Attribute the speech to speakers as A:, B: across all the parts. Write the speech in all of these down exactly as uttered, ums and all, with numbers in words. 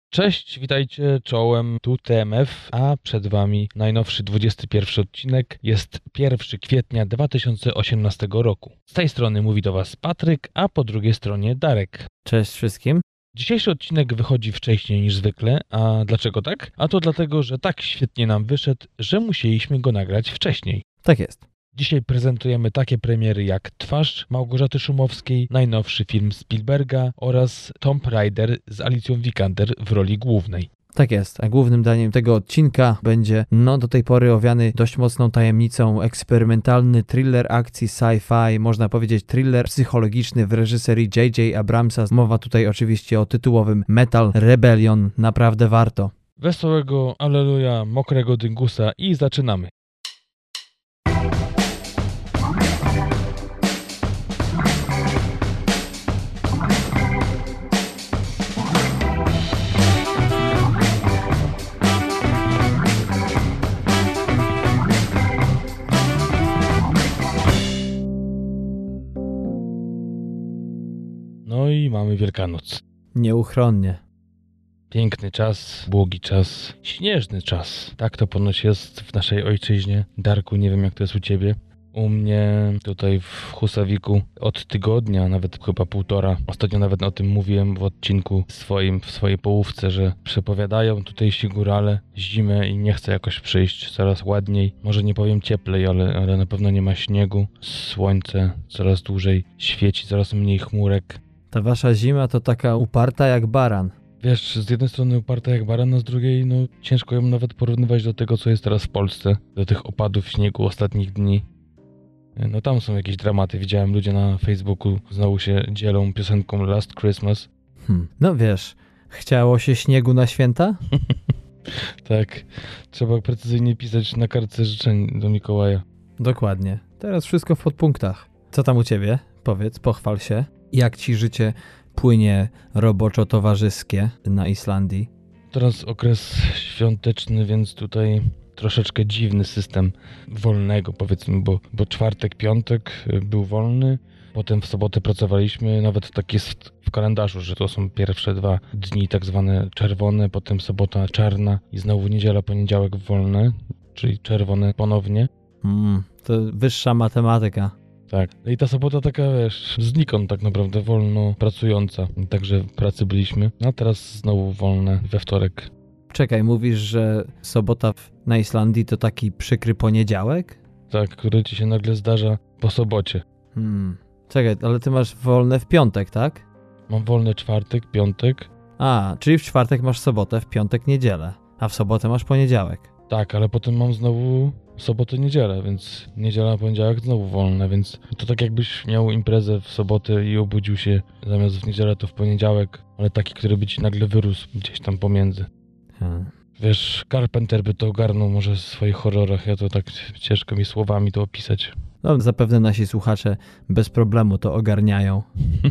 A: Cześć, witajcie czołem, tu T M F, a przed wami najnowszy dwudziesty pierwszy odcinek. Jest pierwszego kwietnia dwa tysiące osiemnastego roku. Z tej strony mówi do was Patryk, a po drugiej stronie Darek.
B: Cześć wszystkim.
A: Dzisiejszy odcinek wychodzi wcześniej niż zwykle, a dlaczego tak? A to dlatego, że tak świetnie nam wyszedł, że musieliśmy go nagrać wcześniej.
B: Tak jest.
A: Dzisiaj prezentujemy takie premiery jak Twarz Małgorzaty Szumowskiej, najnowszy film Spielberga oraz Tomb Raider z Alicją Vikander w roli głównej.
B: Tak jest, a głównym daniem tego odcinka będzie, no do tej pory owiany dość mocną tajemnicą, eksperymentalny thriller akcji sci-fi, można powiedzieć thriller psychologiczny w reżyserii J J Abramsa. Mowa tutaj oczywiście o tytułowym Metal Rebellion, naprawdę warto.
A: Wesołego Alleluja, mokrego dyngusa i zaczynamy. No i mamy Wielkanoc.
B: Nieuchronnie.
A: Piękny czas, błogi czas, śnieżny czas. Tak to ponoć jest w naszej ojczyźnie. Darku, nie wiem jak to jest u ciebie. U mnie tutaj w Husawiku od tygodnia, nawet chyba półtora. Ostatnio nawet o tym mówiłem w odcinku swoim, w swojej połówce, że przepowiadają tutejsi górale zimę i nie chce jakoś przyjść coraz ładniej. Może nie powiem cieplej, ale, ale na pewno nie ma śniegu. Słońce coraz dłużej świeci, coraz mniej chmurek.
B: Ta wasza zima to taka uparta jak baran.
A: Wiesz, z jednej strony uparta jak baran, a z drugiej no ciężko ją nawet porównywać do tego, co jest teraz w Polsce. Do tych opadów śniegu ostatnich dni. No tam są jakieś dramaty. Widziałem, ludzie na Facebooku znowu się dzielą piosenką Last Christmas.
B: Hmm. No wiesz, chciało się śniegu na święta?
A: Tak, trzeba precyzyjnie pisać na kartce życzeń do Mikołaja.
B: Dokładnie. Teraz wszystko w podpunktach. Co tam u ciebie? Powiedz, pochwal się. Jak ci życie płynie roboczo-towarzyskie na Islandii?
A: Teraz okres świąteczny, więc tutaj troszeczkę dziwny system wolnego, powiedzmy, bo, bo czwartek, piątek był wolny, potem w sobotę pracowaliśmy, nawet tak jest w kalendarzu, że to są pierwsze dwa dni tak zwane czerwone, potem sobota czarna i znowu niedziela, poniedziałek wolne, czyli czerwone ponownie.
B: Mm, to wyższa matematyka.
A: Tak. I ta sobota taka, wiesz, znikąd tak naprawdę wolno pracująca. Także w pracy byliśmy, a teraz znowu wolne we wtorek.
B: Czekaj, mówisz, że sobota na Islandii to taki przykry poniedziałek?
A: Tak, który ci się nagle zdarza po sobocie.
B: Hmm. Czekaj, ale ty masz wolne w piątek, tak?
A: Mam wolny czwartek, piątek.
B: A, czyli w czwartek masz sobotę, w piątek niedzielę, a w sobotę masz poniedziałek.
A: Tak, ale potem mam znowu sobotę, niedzielę, więc niedziela, poniedziałek znowu wolne, więc to tak jakbyś miał imprezę w sobotę i obudził się zamiast w niedzielę to w poniedziałek, ale taki, który by ci nagle wyrósł gdzieś tam pomiędzy.
B: Hmm.
A: Wiesz, Carpenter by to ogarnął może w swoich horrorach, ja to tak ciężko mi słowami to opisać.
B: No, zapewne nasi słuchacze bez problemu to ogarniają.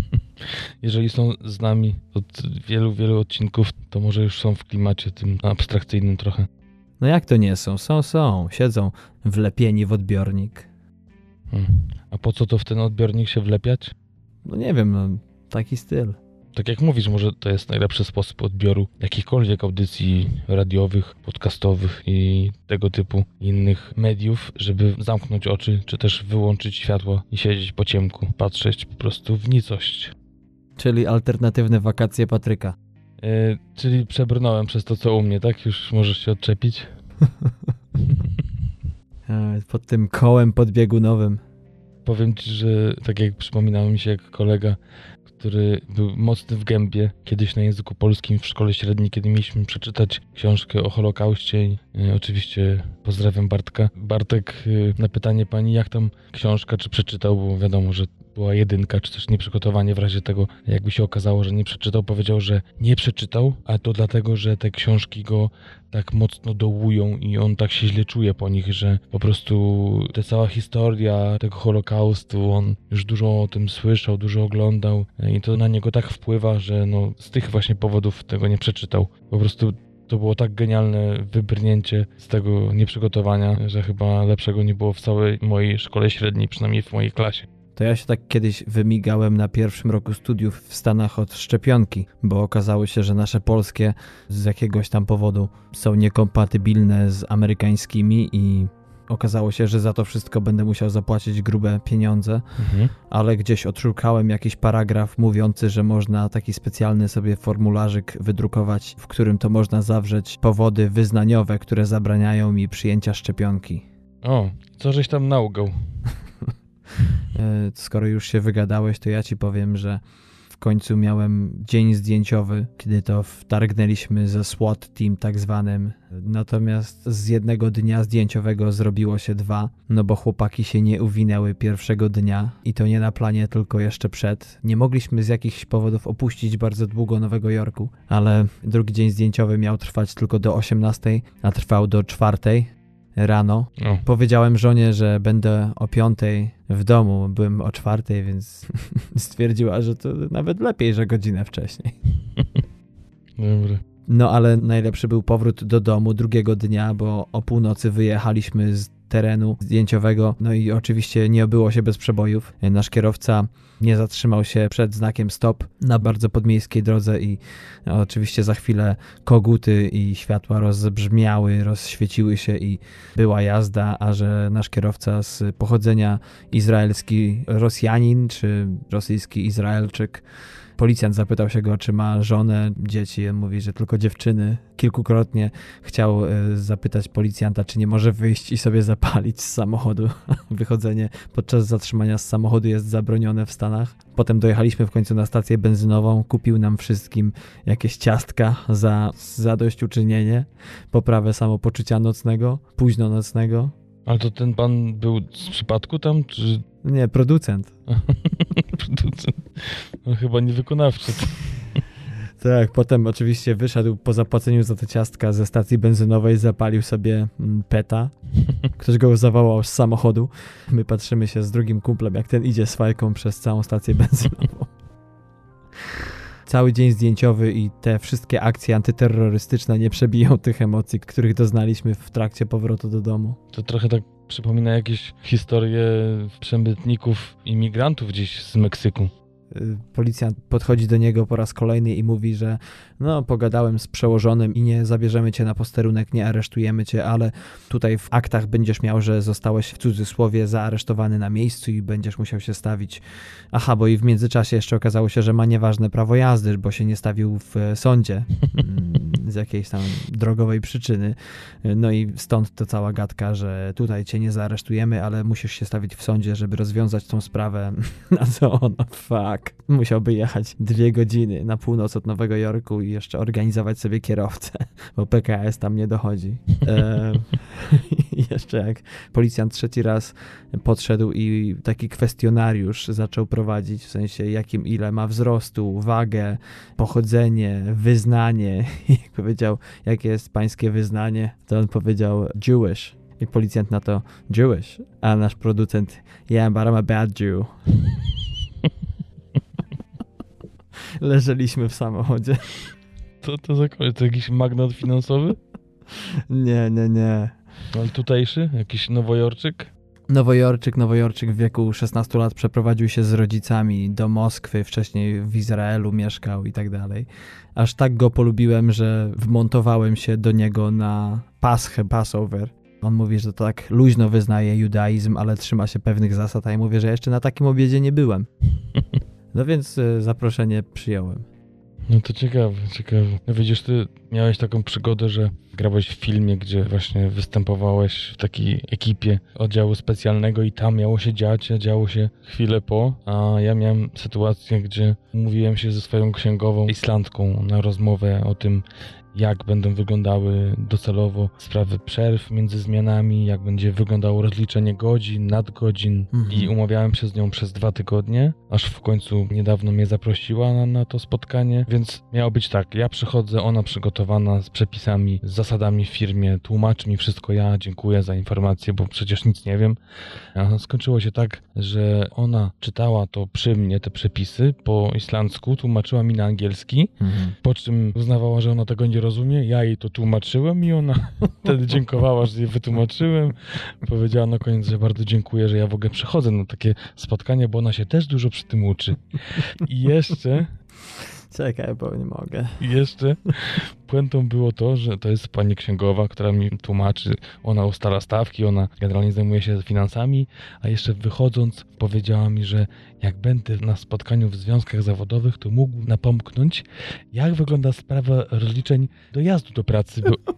A: Jeżeli są z nami od wielu, wielu odcinków, to może już są w klimacie tym abstrakcyjnym trochę.
B: No jak to nie są? Są, są. Siedzą wlepieni w odbiornik.
A: Hmm. A po co to w ten odbiornik się wlepiać?
B: No nie wiem, no taki styl.
A: Tak jak mówisz, może to jest najlepszy sposób odbioru jakichkolwiek audycji radiowych, podcastowych i tego typu innych mediów, żeby zamknąć oczy, czy też wyłączyć światło i siedzieć po ciemku, patrzeć po prostu w nicość.
B: Czyli alternatywne wakacje Patryka.
A: Yy, czyli przebrnąłem przez to, co u mnie, tak? Już możesz się odczepić?
B: Pod tym kołem podbiegunowym.
A: Powiem ci, że tak jak przypominało mi się jak kolega, który był mocny w gębie kiedyś na języku polskim w szkole średniej, kiedy mieliśmy przeczytać książkę o Holokauście. I, y, oczywiście pozdrawiam Bartka. Bartek, y, na pytanie pani, jak tam książka, czy przeczytał, bo wiadomo, że była jedynka, czy też nieprzygotowanie w razie tego, jakby się okazało, że nie przeczytał, powiedział, że nie przeczytał, a to dlatego, że te książki go tak mocno dołują i on tak się źle czuje po nich, że po prostu ta cała historia tego Holokaustu, on już dużo o tym słyszał, dużo oglądał i to na niego tak wpływa, że no z tych właśnie powodów tego nie przeczytał. Po prostu to było tak genialne wybrnięcie z tego nieprzygotowania, że chyba lepszego nie było w całej mojej szkole średniej, przynajmniej w mojej klasie.
B: to ja się tak kiedyś wymigałem na pierwszym roku studiów w Stanach od szczepionki, bo okazało się, że nasze polskie z jakiegoś tam powodu są niekompatybilne z amerykańskimi i okazało się, że za to wszystko będę musiał zapłacić grube pieniądze, mhm. ale gdzieś odszukałem jakiś paragraf mówiący, że można taki specjalny sobie formularzyk wydrukować, w którym to można zawrzeć powody wyznaniowe, które zabraniają mi przyjęcia szczepionki.
A: O, co żeś tam naugał?
B: Skoro już się wygadałeś, to ja ci powiem, że w końcu miałem dzień zdjęciowy, kiedy to wtargnęliśmy ze SWAT team tak zwanym. Natomiast z jednego dnia zdjęciowego zrobiło się dwa, no bo chłopaki się nie uwinęły pierwszego dnia i to nie na planie, tylko jeszcze przed. Nie mogliśmy z jakichś powodów opuścić bardzo długo Nowego Jorku, ale drugi dzień zdjęciowy miał trwać tylko do osiemnastej, a trwał do czwartej. Rano. O. Powiedziałem żonie, że będę o piątej w domu. Byłem o czwartej, więc stwierdziła, że to nawet lepiej, że godzinę wcześniej.
A: Dobra.
B: No ale najlepszy był powrót do domu drugiego dnia, bo o północy wyjechaliśmy z terenu zdjęciowego, no i oczywiście nie obyło się bez przebojów. Nasz kierowca nie zatrzymał się przed znakiem stop na bardzo podmiejskiej drodze i no, oczywiście za chwilę koguty i światła rozbrzmiały, rozświeciły się i była jazda, a że nasz kierowca z pochodzenia izraelski Rosjanin czy rosyjski Izraelczyk, policjant zapytał się go, czy ma żonę, dzieci. On mówi, że tylko dziewczyny. Kilkukrotnie chciał zapytać policjanta, czy nie może wyjść i sobie zapalić z samochodu. Wychodzenie podczas zatrzymania z samochodu jest zabronione w Stanach. Potem dojechaliśmy w końcu na stację benzynową. Kupił nam wszystkim jakieś ciastka za zadośćuczynienie, poprawę samopoczucia nocnego, późno nocnego.
A: Ale to ten pan był z przypadku tam, czy...
B: Nie, producent.
A: Producent. No chyba niewykonawczy.
B: Tak, potem oczywiście wyszedł po zapłaceniu za te ciastka ze stacji benzynowej, zapalił sobie peta. Ktoś go zawołał z samochodu. My patrzymy się z drugim kumplem, jak ten idzie z fajką przez całą stację benzynową. Cały dzień zdjęciowy i te wszystkie akcje antyterrorystyczne nie przebiją tych emocji, których doznaliśmy w trakcie powrotu do domu.
A: To trochę tak przypomina jakieś historie przemytników, imigrantów gdzieś z Meksyku.
B: Policjant podchodzi do niego po raz kolejny i mówi, że no pogadałem z przełożonym i nie zabierzemy cię na posterunek, nie aresztujemy cię, ale tutaj w aktach będziesz miał, że zostałeś w cudzysłowie zaaresztowany na miejscu i będziesz musiał się stawić. Aha, bo i w międzyczasie jeszcze okazało się, że ma nieważne prawo jazdy, bo się nie stawił w sądzie z jakiejś tam drogowej przyczyny. No i stąd to cała gadka, że tutaj cię nie zaaresztujemy, ale musisz się stawić w sądzie, żeby rozwiązać tą sprawę. Na co on, fuck. Musiałby jechać dwie godziny na północ od Nowego Jorku i jeszcze organizować sobie kierowcę, bo P K S tam nie dochodzi. E, jeszcze jak policjant trzeci raz podszedł i taki kwestionariusz zaczął prowadzić, w sensie jakim ile ma wzrostu, wagę, pochodzenie, wyznanie i jak powiedział, jakie jest pańskie wyznanie, to on powiedział Jewish. I policjant na to Jewish, a nasz producent yeah, but I'm a bad Jew. Leżeliśmy w samochodzie.
A: Co to za koleś? To jakiś magnat finansowy?
B: Nie, nie, nie.
A: Ale tutejszy? Jakiś Nowojorczyk?
B: Nowojorczyk, Nowojorczyk w wieku szesnastu lat przeprowadził się z rodzicami do Moskwy, wcześniej w Izraelu mieszkał i tak dalej. Aż tak go polubiłem, że wmontowałem się do niego na Paschę, Passover. On mówi, że to tak luźno wyznaje judaizm, ale trzyma się pewnych zasad, a ja mówię, że jeszcze na takim obiedzie nie byłem. No więc y, zaproszenie przyjąłem.
A: No to ciekawe, ciekawe. No widzisz, ty miałeś taką przygodę, że grałeś w filmie, gdzie właśnie występowałeś w takiej ekipie oddziału specjalnego i tam miało się dziać, a działo się chwilę po, a ja miałem sytuację, gdzie umówiłem się ze swoją księgową Islandką na rozmowę o tym, jak będą wyglądały docelowo sprawy przerw między zmianami, jak będzie wyglądało rozliczenie godzin, nadgodzin mhm. i umawiałem się z nią przez dwa tygodnie, aż w końcu niedawno mnie zaprosiła na, na to spotkanie, więc miało być tak, ja przychodzę, ona przygotowana z przepisami, z zasadami w firmie, tłumaczy mi wszystko, ja dziękuję za informację, bo przecież nic nie wiem. A skończyło się tak, że ona czytała to przy mnie, te przepisy po islandzku, tłumaczyła mi na angielski, mhm. po czym uznawała, że ona tego nie nie rozumie, ja jej to tłumaczyłem i ona wtedy dziękowała, że jej wytłumaczyłem. Powiedziała na koniec, że bardzo dziękuję, że ja w ogóle przychodzę na takie spotkanie, bo ona się też dużo przy tym uczy. I jeszcze...
B: Czekaj, bo nie mogę.
A: I jeszcze puentą było to, że to jest pani księgowa, która mi tłumaczy, ona ustala stawki, ona generalnie zajmuje się finansami, a jeszcze wychodząc powiedziała mi, że jak będę na spotkaniu w związkach zawodowych, to mógł napomknąć, jak wygląda sprawa rozliczeń dojazdu do pracy, bo,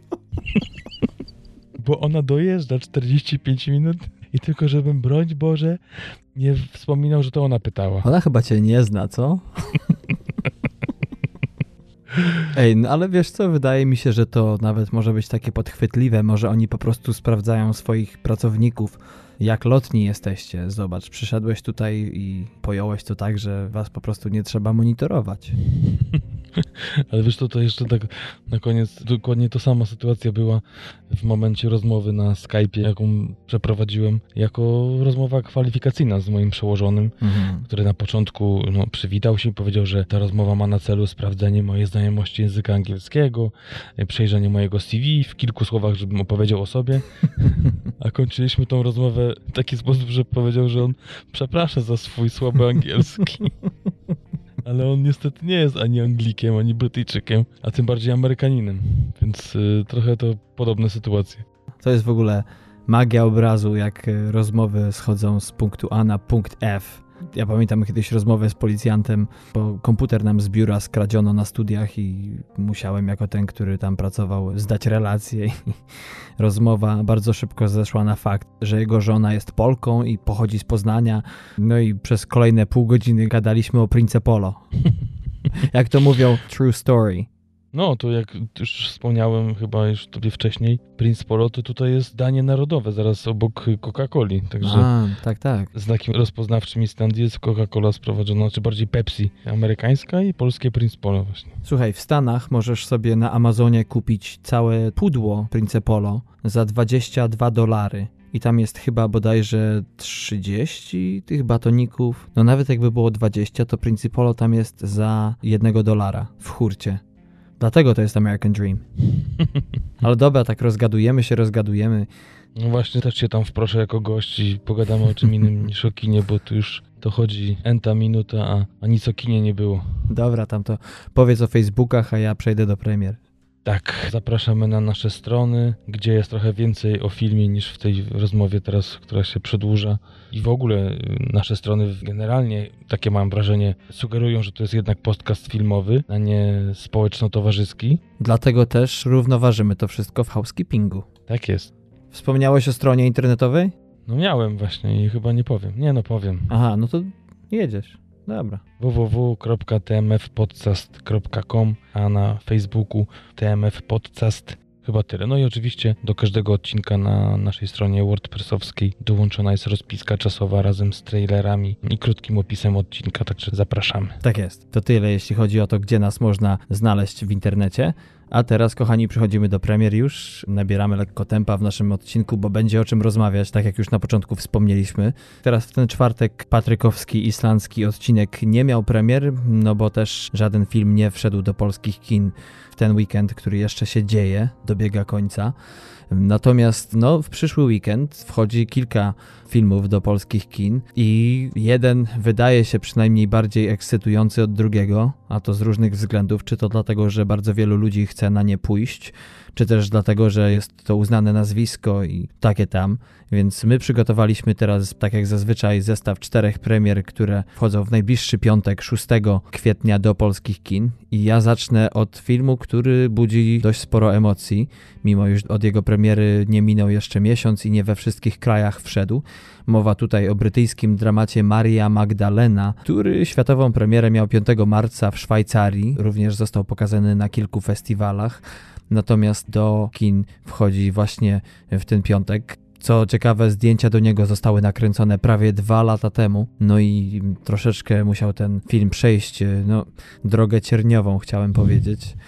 A: bo ona dojeżdża czterdzieści pięć minut i tylko żebym, broń Boże, nie wspominał, że to ona pytała.
B: Ona chyba cię nie zna, co? Ej, no ale wiesz co, wydaje mi się, że to nawet może być takie podchwytliwe, może oni po prostu sprawdzają swoich pracowników, jak lotni jesteście. Zobacz, przyszedłeś tutaj i pojąłeś to tak, że was po prostu nie trzeba monitorować.
A: Ale wiesz, to, to jeszcze tak na koniec, dokładnie to sama sytuacja była w momencie rozmowy na Skype'ie, jaką przeprowadziłem, jako rozmowa kwalifikacyjna z moim przełożonym, mhm. który na początku no, przywitał się i powiedział, że ta rozmowa ma na celu sprawdzenie mojej znajomości języka angielskiego, przejrzenie mojego C V w kilku słowach, żebym opowiedział o sobie, a kończyliśmy tą rozmowę w taki sposób, że powiedział, że on przeprasza za swój słaby angielski. Ale on niestety nie jest ani Anglikiem, ani Brytyjczykiem, a tym bardziej Amerykaninem, więc y, trochę to podobne sytuacje.
B: To jest w ogóle magia obrazu, jak rozmowy schodzą z punktu A na punkt F. Ja pamiętam kiedyś rozmowę z policjantem, bo komputer nam z biura skradziono na studiach i musiałem jako ten, który tam pracował, zdać relację i rozmowa bardzo szybko zeszła na fakt, że jego żona jest Polką i pochodzi z Poznania. No i przez kolejne pół godziny gadaliśmy o Prince Polo. Jak to mówią, true story.
A: No, to jak już wspomniałem chyba już tobie wcześniej, Prince Polo to tutaj jest danie narodowe, zaraz obok Coca-Coli, także
B: A, tak, tak.
A: znakiem rozpoznawczym Islandii jest Coca-Cola sprowadzona, czy bardziej Pepsi amerykańska i polskie Prince Polo właśnie.
B: Słuchaj, w Stanach możesz sobie na Amazonie kupić całe pudło Prince Polo za dwadzieścia dwa dolary. I tam jest chyba bodajże trzydzieści tych batoników. No nawet jakby było dwadzieścia, to Prince Polo tam jest za jednego dolara w hurcie. Dlatego to jest American Dream. Ale dobra, tak rozgadujemy się, rozgadujemy.
A: No właśnie, też się tam wproszę jako gość i pogadamy o czym innym niż o kinie, bo tu już to chodzi enta minuta, a, a nic o kinie nie było.
B: Dobra, tam to powiedz o Facebookach, a ja przejdę do premier.
A: Tak, zapraszamy na nasze strony, gdzie jest trochę więcej o filmie niż w tej rozmowie teraz, która się przedłuża. I w ogóle nasze strony generalnie, takie mam wrażenie, sugerują, że to jest jednak podcast filmowy, a nie społeczno-towarzyski.
B: Dlatego też równoważymy to wszystko w housekeepingu.
A: Tak jest.
B: Wspomniałeś o stronie internetowej?
A: No miałem właśnie i chyba nie powiem. Nie no, powiem.
B: Aha, no to jedziesz. Dobra.
A: w w w kropka t m f podcast kropka com, a na Facebooku T M F Podcast. Chyba tyle. No i oczywiście do każdego odcinka na naszej stronie wordpressowskiej dołączona jest rozpiska czasowa razem z trailerami i krótkim opisem odcinka, także zapraszamy.
B: Tak jest. To tyle, jeśli chodzi o to, gdzie nas można znaleźć w internecie. A teraz, kochani, przechodzimy do premier już. Nabieramy lekko tempa w naszym odcinku, bo będzie o czym rozmawiać, tak jak już na początku wspomnieliśmy. Teraz w ten czwartek patrykowski, islandzki odcinek nie miał premier, no bo też żaden film nie wszedł do polskich kin w ten weekend, który jeszcze się dzieje, dobiega końca. Natomiast no, w przyszły weekend wchodzi kilka filmów do polskich kin i jeden wydaje się przynajmniej bardziej ekscytujący od drugiego, a to z różnych względów, czy to dlatego, że bardzo wielu ludzi chce na nie pójść, czy też dlatego, że jest to uznane nazwisko i takie tam. Więc my przygotowaliśmy teraz, tak jak zazwyczaj, zestaw czterech premier, które wchodzą w najbliższy piątek, szóstego kwietnia do polskich kin. I ja zacznę od filmu, który budzi dość sporo emocji, mimo już od jego premiery nie minął jeszcze miesiąc i nie we wszystkich krajach wszedł. Mowa tutaj o brytyjskim dramacie Maria Magdalena, który światową premierę miał piątego marca w Szwajcarii. Również został pokazany na kilku festiwalach. Natomiast do kin wchodzi właśnie w ten piątek. Co ciekawe, zdjęcia do niego zostały nakręcone prawie dwa lata temu, no i troszeczkę musiał ten film przejść, no, drogę cierniową, chciałem powiedzieć.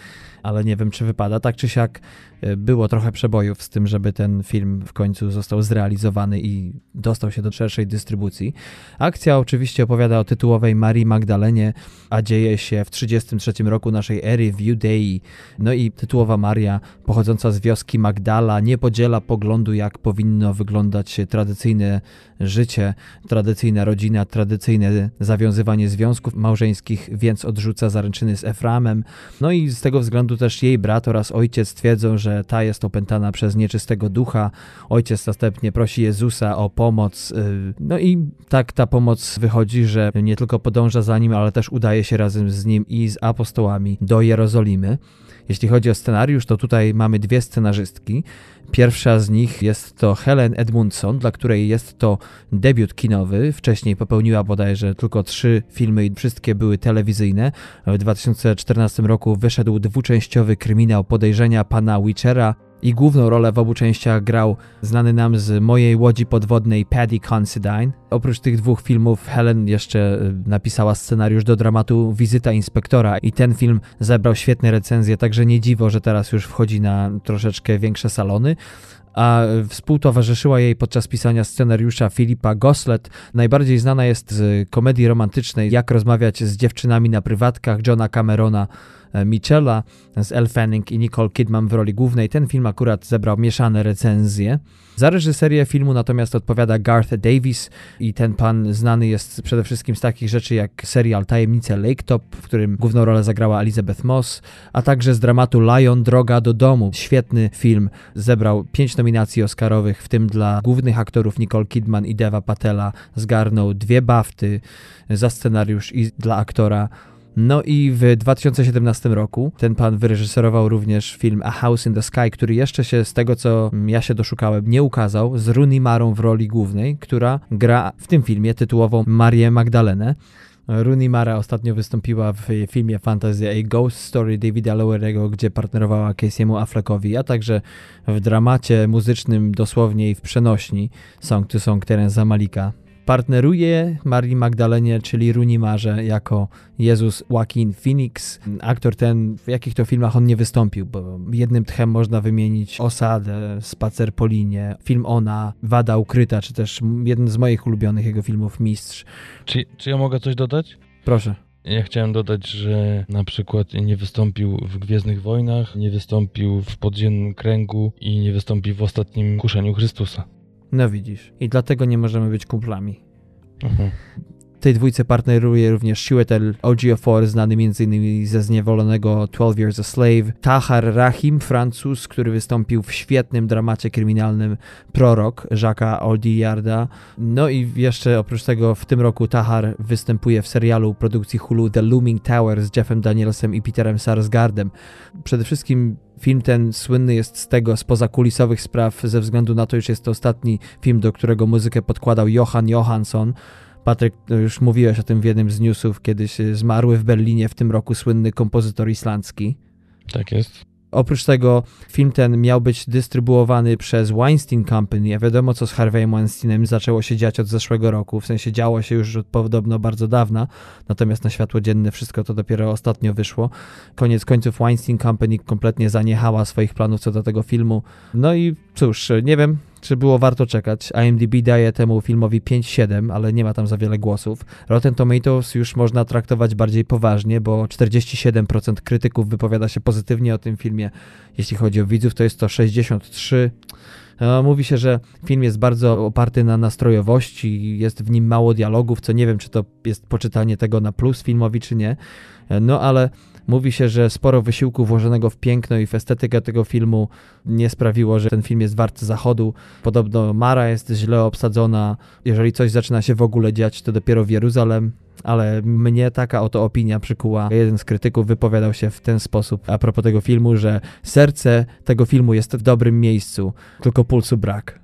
B: ale nie wiem, czy wypada. Tak czy siak było trochę przebojów z tym, żeby ten film w końcu został zrealizowany i dostał się do szerszej dystrybucji. Akcja oczywiście opowiada o tytułowej Marii Magdalenie, a dzieje się w trzydziestym trzecim roku naszej ery w Judei. No i tytułowa Maria, pochodząca z wioski Magdala, nie podziela poglądu, jak powinno wyglądać tradycyjne życie, tradycyjna rodzina, tradycyjne zawiązywanie związków małżeńskich, więc odrzuca zaręczyny z Efraimem. No i z tego względu też jej brat oraz ojciec twierdzą, że ta jest opętana przez nieczystego ducha. Ojciec następnie prosi Jezusa o pomoc. No i tak ta pomoc wychodzi, że nie tylko podąża za nim, ale też udaje się razem z nim i z apostołami do Jerozolimy. Jeśli chodzi o scenariusz, to tutaj mamy dwie scenarzystki. Pierwsza z nich jest to Helen Edmundson, dla której jest to debiut kinowy. Wcześniej popełniła bodajże tylko trzy filmy i wszystkie były telewizyjne. W dwa tysiące czternastym roku wyszedł dwuczęściowy kryminał Podejrzenia pana Witchera i główną rolę w obu częściach grał znany nam z Mojej łodzi podwodnej Paddy Considine. Oprócz tych dwóch filmów Helen jeszcze napisała scenariusz do dramatu Wizyta inspektora i ten film zebrał świetne recenzje, także nie dziwo, że teraz już wchodzi na troszeczkę większe salony. A współtowarzyszyła jej podczas pisania scenariusza Philippa Goslet. Najbardziej znana jest z komedii romantycznej Jak rozmawiać z dziewczynami na prywatkach Johna Camerona Michela z Elle Fanning i Nicole Kidman w roli głównej. Ten film akurat zebrał mieszane recenzje. Za reżyserię filmu natomiast odpowiada Garth Davis i ten pan znany jest przede wszystkim z takich rzeczy jak serial Tajemnice Lake Top, w którym główną rolę zagrała Elizabeth Moss, a także z dramatu Lion Droga do domu. Świetny film, zebrał pięć nominacji oscarowych, w tym dla głównych aktorów Nicole Kidman i Deva Patela. Zgarnął dwie BAFTY za scenariusz i dla aktora. No i w dwa tysiące siedemnastym roku ten pan wyreżyserował również film A House in the Sky, który jeszcze się z tego, co ja się doszukałem, nie ukazał, z Rooney Marą w roli głównej, która gra w tym filmie tytułową Marię Magdalenę. Rooney Mara ostatnio wystąpiła w filmie Fantasy A Ghost Story Davida Lowery'ego, gdzie partnerowała Casey'emu Affleckowi, a także w dramacie muzycznym dosłownie i w przenośni Song to Song Terence'a Malika. Partneruje Marii Magdalenie, czyli Rooney Marze, jako Jezus Joaquin Phoenix. Aktor ten, w jakich to filmach on nie wystąpił, bo jednym tchem można wymienić Osadę, Spacer po linie, film Ona, Wada ukryta, czy też jeden z moich ulubionych jego filmów Mistrz.
A: Czy, czy ja mogę coś dodać?
B: Proszę.
A: Ja chciałem dodać, że na przykład nie wystąpił w Gwiezdnych Wojnach, nie wystąpił w Podziemnym Kręgu i nie wystąpił w Ostatnim Kuszeniu Chrystusa.
B: No widzisz. I dlatego nie możemy być kumplami.
A: Mhm.
B: Tej dwójce partneruje również Chiwetel Ejiofor, znany m.in. ze Zniewolonego twelve Years a Slave, Tahar Rahim, Francuz, który wystąpił w świetnym dramacie kryminalnym Prorok Jacques'a Audiarda. No i jeszcze oprócz tego w tym roku Tahar występuje w serialu produkcji Hulu The Looming Tower z Jeffem Danielsem i Peterem Sarsgaardem. Przede wszystkim film ten słynny jest z tego, spoza kulisowych spraw, ze względu na to, że jest to ostatni film, do którego muzykę podkładał Johan Johansson. Patryk, już mówiłeś o tym w jednym z newsów, kiedyś zmarły w Berlinie w tym roku słynny kompozytor islandzki.
A: Tak jest.
B: Oprócz tego film ten miał być dystrybuowany przez Weinstein Company, a wiadomo co z Harvey'em Weinsteinem zaczęło się dziać od zeszłego roku, w sensie działo się już podobno bardzo dawna, natomiast na światło dzienne wszystko to dopiero ostatnio wyszło. Koniec końców Weinstein Company kompletnie zaniechała swoich planów co do tego filmu. No i cóż, nie wiem, czy było warto czekać. I M D B daje temu filmowi pięć siedem, ale nie ma tam za wiele głosów. Rotten Tomatoes już można traktować bardziej poważnie, bo czterdzieści siedem procent krytyków wypowiada się pozytywnie o tym filmie. Jeśli chodzi o widzów, to jest to sześćdziesiąt trzy. No, mówi się, że film jest bardzo oparty na nastrojowości, jest w nim mało dialogów, co nie wiem, czy to jest poczytanie tego na plus filmowi, czy nie. No ale mówi się, że sporo wysiłku włożonego w piękno i w estetykę tego filmu nie sprawiło, że ten film jest wart zachodu. Podobno Mara jest źle obsadzona. Jeżeli coś zaczyna się w ogóle dziać, to dopiero w Jeruzalem. Ale mnie taka oto opinia przykuła. Jeden z krytyków wypowiadał się w ten sposób a propos tego filmu, że serce tego filmu jest w dobrym miejscu, tylko pulsu brak.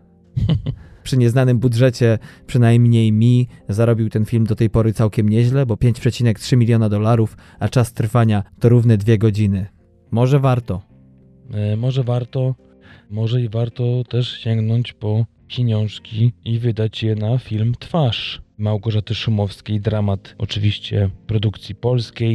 B: Przy nieznanym budżecie, przynajmniej mi, zarobił ten film do tej pory całkiem nieźle, bo pięć przecinek trzy miliona dolarów, a czas trwania to równe dwie godziny. Może warto.
A: E, może warto, może i warto też sięgnąć po pieniążki i wydać je na film Twarz Małgorzaty Szumowskiej, dramat oczywiście produkcji polskiej.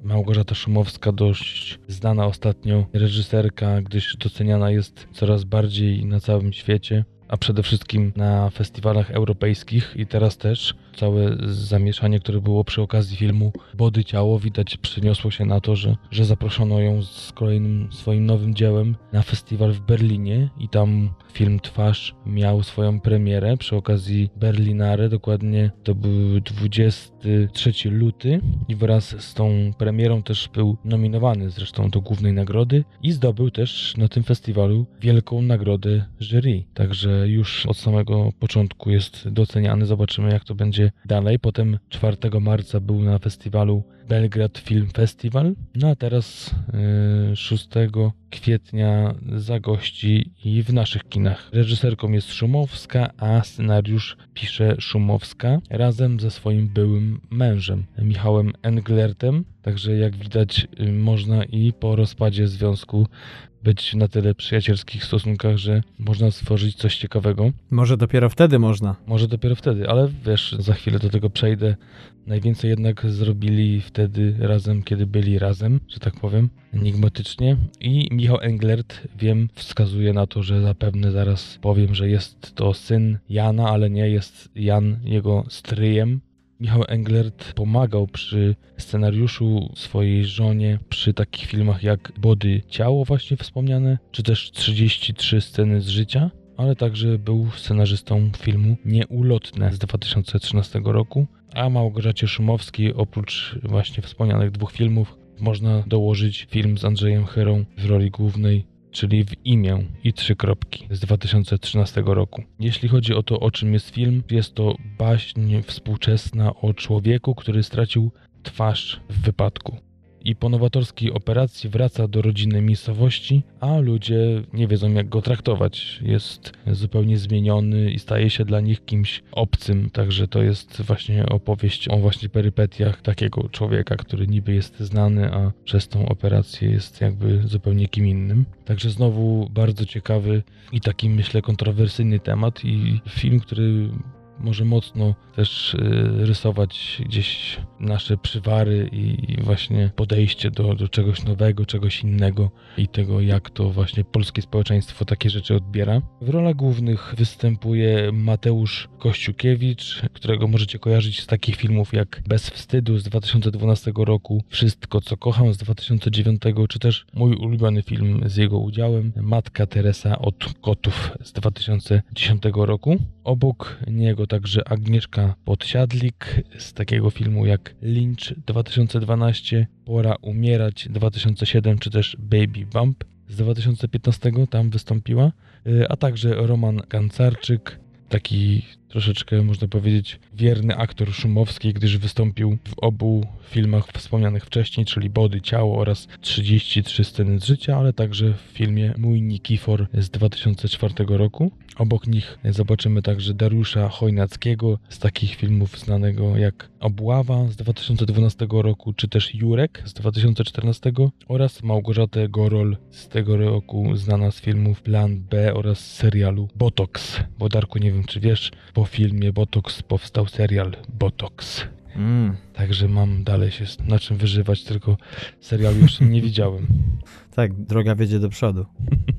A: Małgorzata Szumowska, dość znana ostatnio reżyserka, gdyż doceniana jest coraz bardziej na całym świecie, a przede wszystkim na festiwalach europejskich i teraz też całe zamieszanie, które było przy okazji filmu Body Ciało, widać przeniosło się na to, że, że zaproszono ją z kolejnym swoim nowym dziełem na festiwal w Berlinie i tam film Twarz miał swoją premierę przy okazji Berlinare, dokładnie to był dwudziestego trzeciego lutego i wraz z tą premierą też był nominowany zresztą do głównej nagrody i zdobył też na tym festiwalu wielką nagrodę jury, także już od samego początku jest doceniany, zobaczymy jak to będzie dalej. Potem czwartego marca był na festiwalu Belgrad Film Festival, no a teraz yy, szóstego kwietnia zagości i w naszych kinach. Reżyserką jest Szumowska, a scenariusz pisze Szumowska razem ze swoim byłym mężem, Michałem Englertem, także jak widać yy, można i po rozpadzie związku być na tyle przyjacielskich stosunkach, że można stworzyć coś ciekawego.
B: Może dopiero wtedy można.
A: Może dopiero wtedy, ale wiesz, za chwilę do tego przejdę. Najwięcej jednak zrobili wtedy razem, kiedy byli razem, że tak powiem, enigmatycznie. I Michał Englert, wiem, wskazuje na to, że zapewne zaraz powiem, że jest to syn Jana, ale nie jest Jan jego stryjem. Michał Englert pomagał przy scenariuszu swojej żonie przy takich filmach jak Body Ciało właśnie wspomniane, czy też trzydzieści trzy sceny z życia, ale także był scenarzystą filmu Nieulotne z dwa tysiące trzynastego roku, a Małgorzacie Szumowskiej oprócz właśnie wspomnianych dwóch filmów można dołożyć film z Andrzejem Chyrą w roli głównej, czyli W imię i trzy kropki z dwa tysiące trzynastego roku. Jeśli chodzi o to, o czym jest film, jest to baśń współczesna o człowieku, który stracił twarz w wypadku. I po nowatorskiej operacji wraca do rodzinnej miejscowości, a ludzie nie wiedzą jak go traktować. Jest zupełnie zmieniony i staje się dla nich kimś obcym. Także to jest właśnie opowieść o właśnie perypetiach takiego człowieka, który niby jest znany, a przez tą operację jest jakby zupełnie kim innym. Także znowu bardzo ciekawy i taki myślę kontrowersyjny temat i film, który może mocno też y, rysować gdzieś nasze przywary i, i właśnie podejście do, do czegoś nowego, czegoś innego i tego, jak to właśnie polskie społeczeństwo takie rzeczy odbiera. W rolach głównych występuje Mateusz Kościukiewicz, którego możecie kojarzyć z takich filmów jak Bez wstydu z dwa tysiące dwunastego roku, Wszystko co kocham z dwa tysiące dziewiątego, czy też mój ulubiony film z jego udziałem, Matka Teresa od kotów z dwa tysiące dziesiątego roku. Obok niego także Agnieszka Podsiadlik z takiego filmu jak Lynch dwa tysiące dwanaście, Pora umierać dwa tysiące siedem, czy też Baby Bump z dwa tysiące piętnastego, tam wystąpiła, a także Roman Gancarczyk, taki troszeczkę można powiedzieć wierny aktor Szumowskiej, gdyż wystąpił w obu filmach wspomnianych wcześniej, czyli Body Ciało oraz trzydzieści trzy sceny z życia, ale także w filmie Mój Nikifor z dwa tysiące czwartego roku. Obok nich zobaczymy także Dariusza Chojnackiego z takich filmów znanego jak Obława z dwa tysiące dwunastego roku, czy też Jurek z dwa tysiące czternastego oraz Małgorzatę Gorol z tego roku znana z filmów Plan B oraz serialu Botox. Bo Darku, nie wiem czy wiesz, po filmie Botox powstał serial Botox.
B: Mm.
A: Także mam dalej się na czym wyżywać, tylko serialu już nie widziałem.
B: Tak, droga wiedzie do przodu.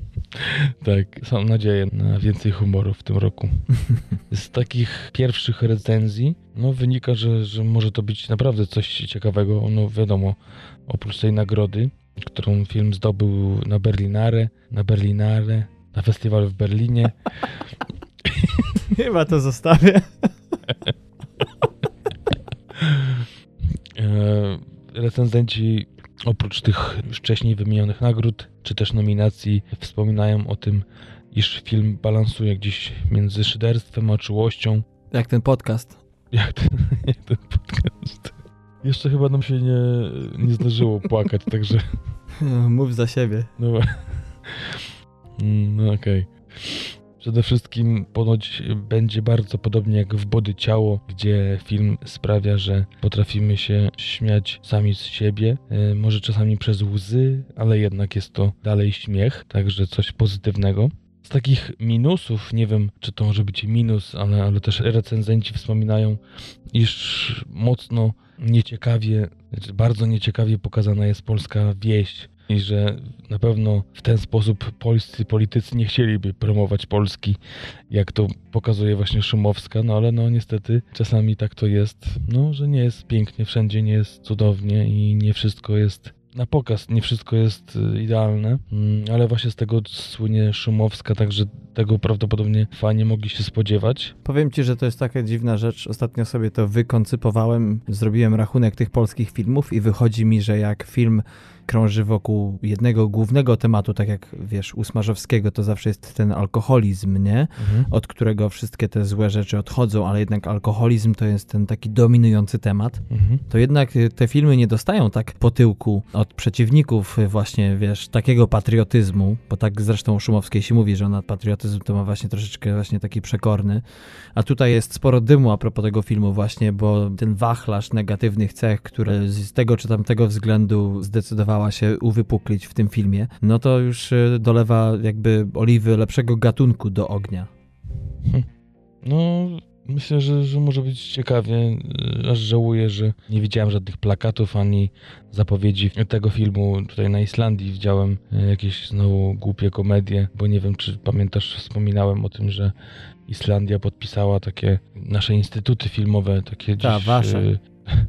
A: Tak, mam nadzieję na więcej humoru w tym roku. Z takich pierwszych recenzji no, wynika, że, że może to być naprawdę coś ciekawego. No wiadomo, oprócz tej nagrody, którą film zdobył na Berlinare, na Berlinare, na festiwalu w Berlinie.
B: Chyba to zostawię.
A: Recenzenci oprócz tych już wcześniej wymienionych nagród, czy też nominacji, wspominają o tym, iż film balansuje gdzieś między szyderstwem a czułością.
B: Jak ten podcast.
A: Jak ten, jak ten podcast. Jeszcze chyba nam się nie, nie zdarzyło płakać, także...
B: Mów za siebie.
A: No, no okej. Okay. Przede wszystkim ponoć będzie bardzo podobnie jak w Body Ciało, gdzie film sprawia, że potrafimy się śmiać sami z siebie, yy, może czasami przez łzy, ale jednak jest to dalej śmiech, także coś pozytywnego. Z takich minusów, nie wiem, czy to może być minus, ale, ale też recenzenci wspominają, iż mocno nieciekawie, znaczy bardzo nieciekawie pokazana jest polska wieś i że na pewno w ten sposób polscy politycy nie chcieliby promować Polski, jak to pokazuje właśnie Szumowska, no ale no niestety czasami tak to jest, no, że nie jest pięknie, wszędzie nie jest cudownie i nie wszystko jest na pokaz, nie wszystko jest idealne, ale właśnie z tego słynie Szumowska, także tego prawdopodobnie fani mogli się spodziewać.
B: Powiem ci, że to jest taka dziwna rzecz. Ostatnio sobie to wykoncypowałem, zrobiłem rachunek tych polskich filmów i wychodzi mi, że jak film krąży wokół jednego głównego tematu, tak jak wiesz, u Smarzowskiego to zawsze jest ten alkoholizm, nie? Mhm. Od którego wszystkie te złe rzeczy odchodzą, ale jednak alkoholizm to jest ten taki dominujący temat. Mhm. To jednak te filmy nie dostają tak po tyłku od przeciwników właśnie, wiesz, takiego patriotyzmu, bo tak zresztą o Szumowskiej się mówi, że ona patriotyzm to ma właśnie troszeczkę właśnie taki przekorny, a tutaj jest sporo dymu a propos tego filmu właśnie, bo ten wachlarz negatywnych cech, które z tego czy tamtego względu zdecydowała się uwypuklić w tym filmie, no to już dolewa jakby oliwy lepszego gatunku do ognia.
A: Hm. No, myślę, że, że może być ciekawie. Aż żałuję, że nie widziałem żadnych plakatów ani zapowiedzi tego filmu. Tutaj na Islandii widziałem jakieś znowu głupie komedie, bo nie wiem, czy pamiętasz, wspominałem o tym, że Islandia podpisała takie nasze instytuty filmowe, takie
B: Ta,
A: dziś...
B: wasze.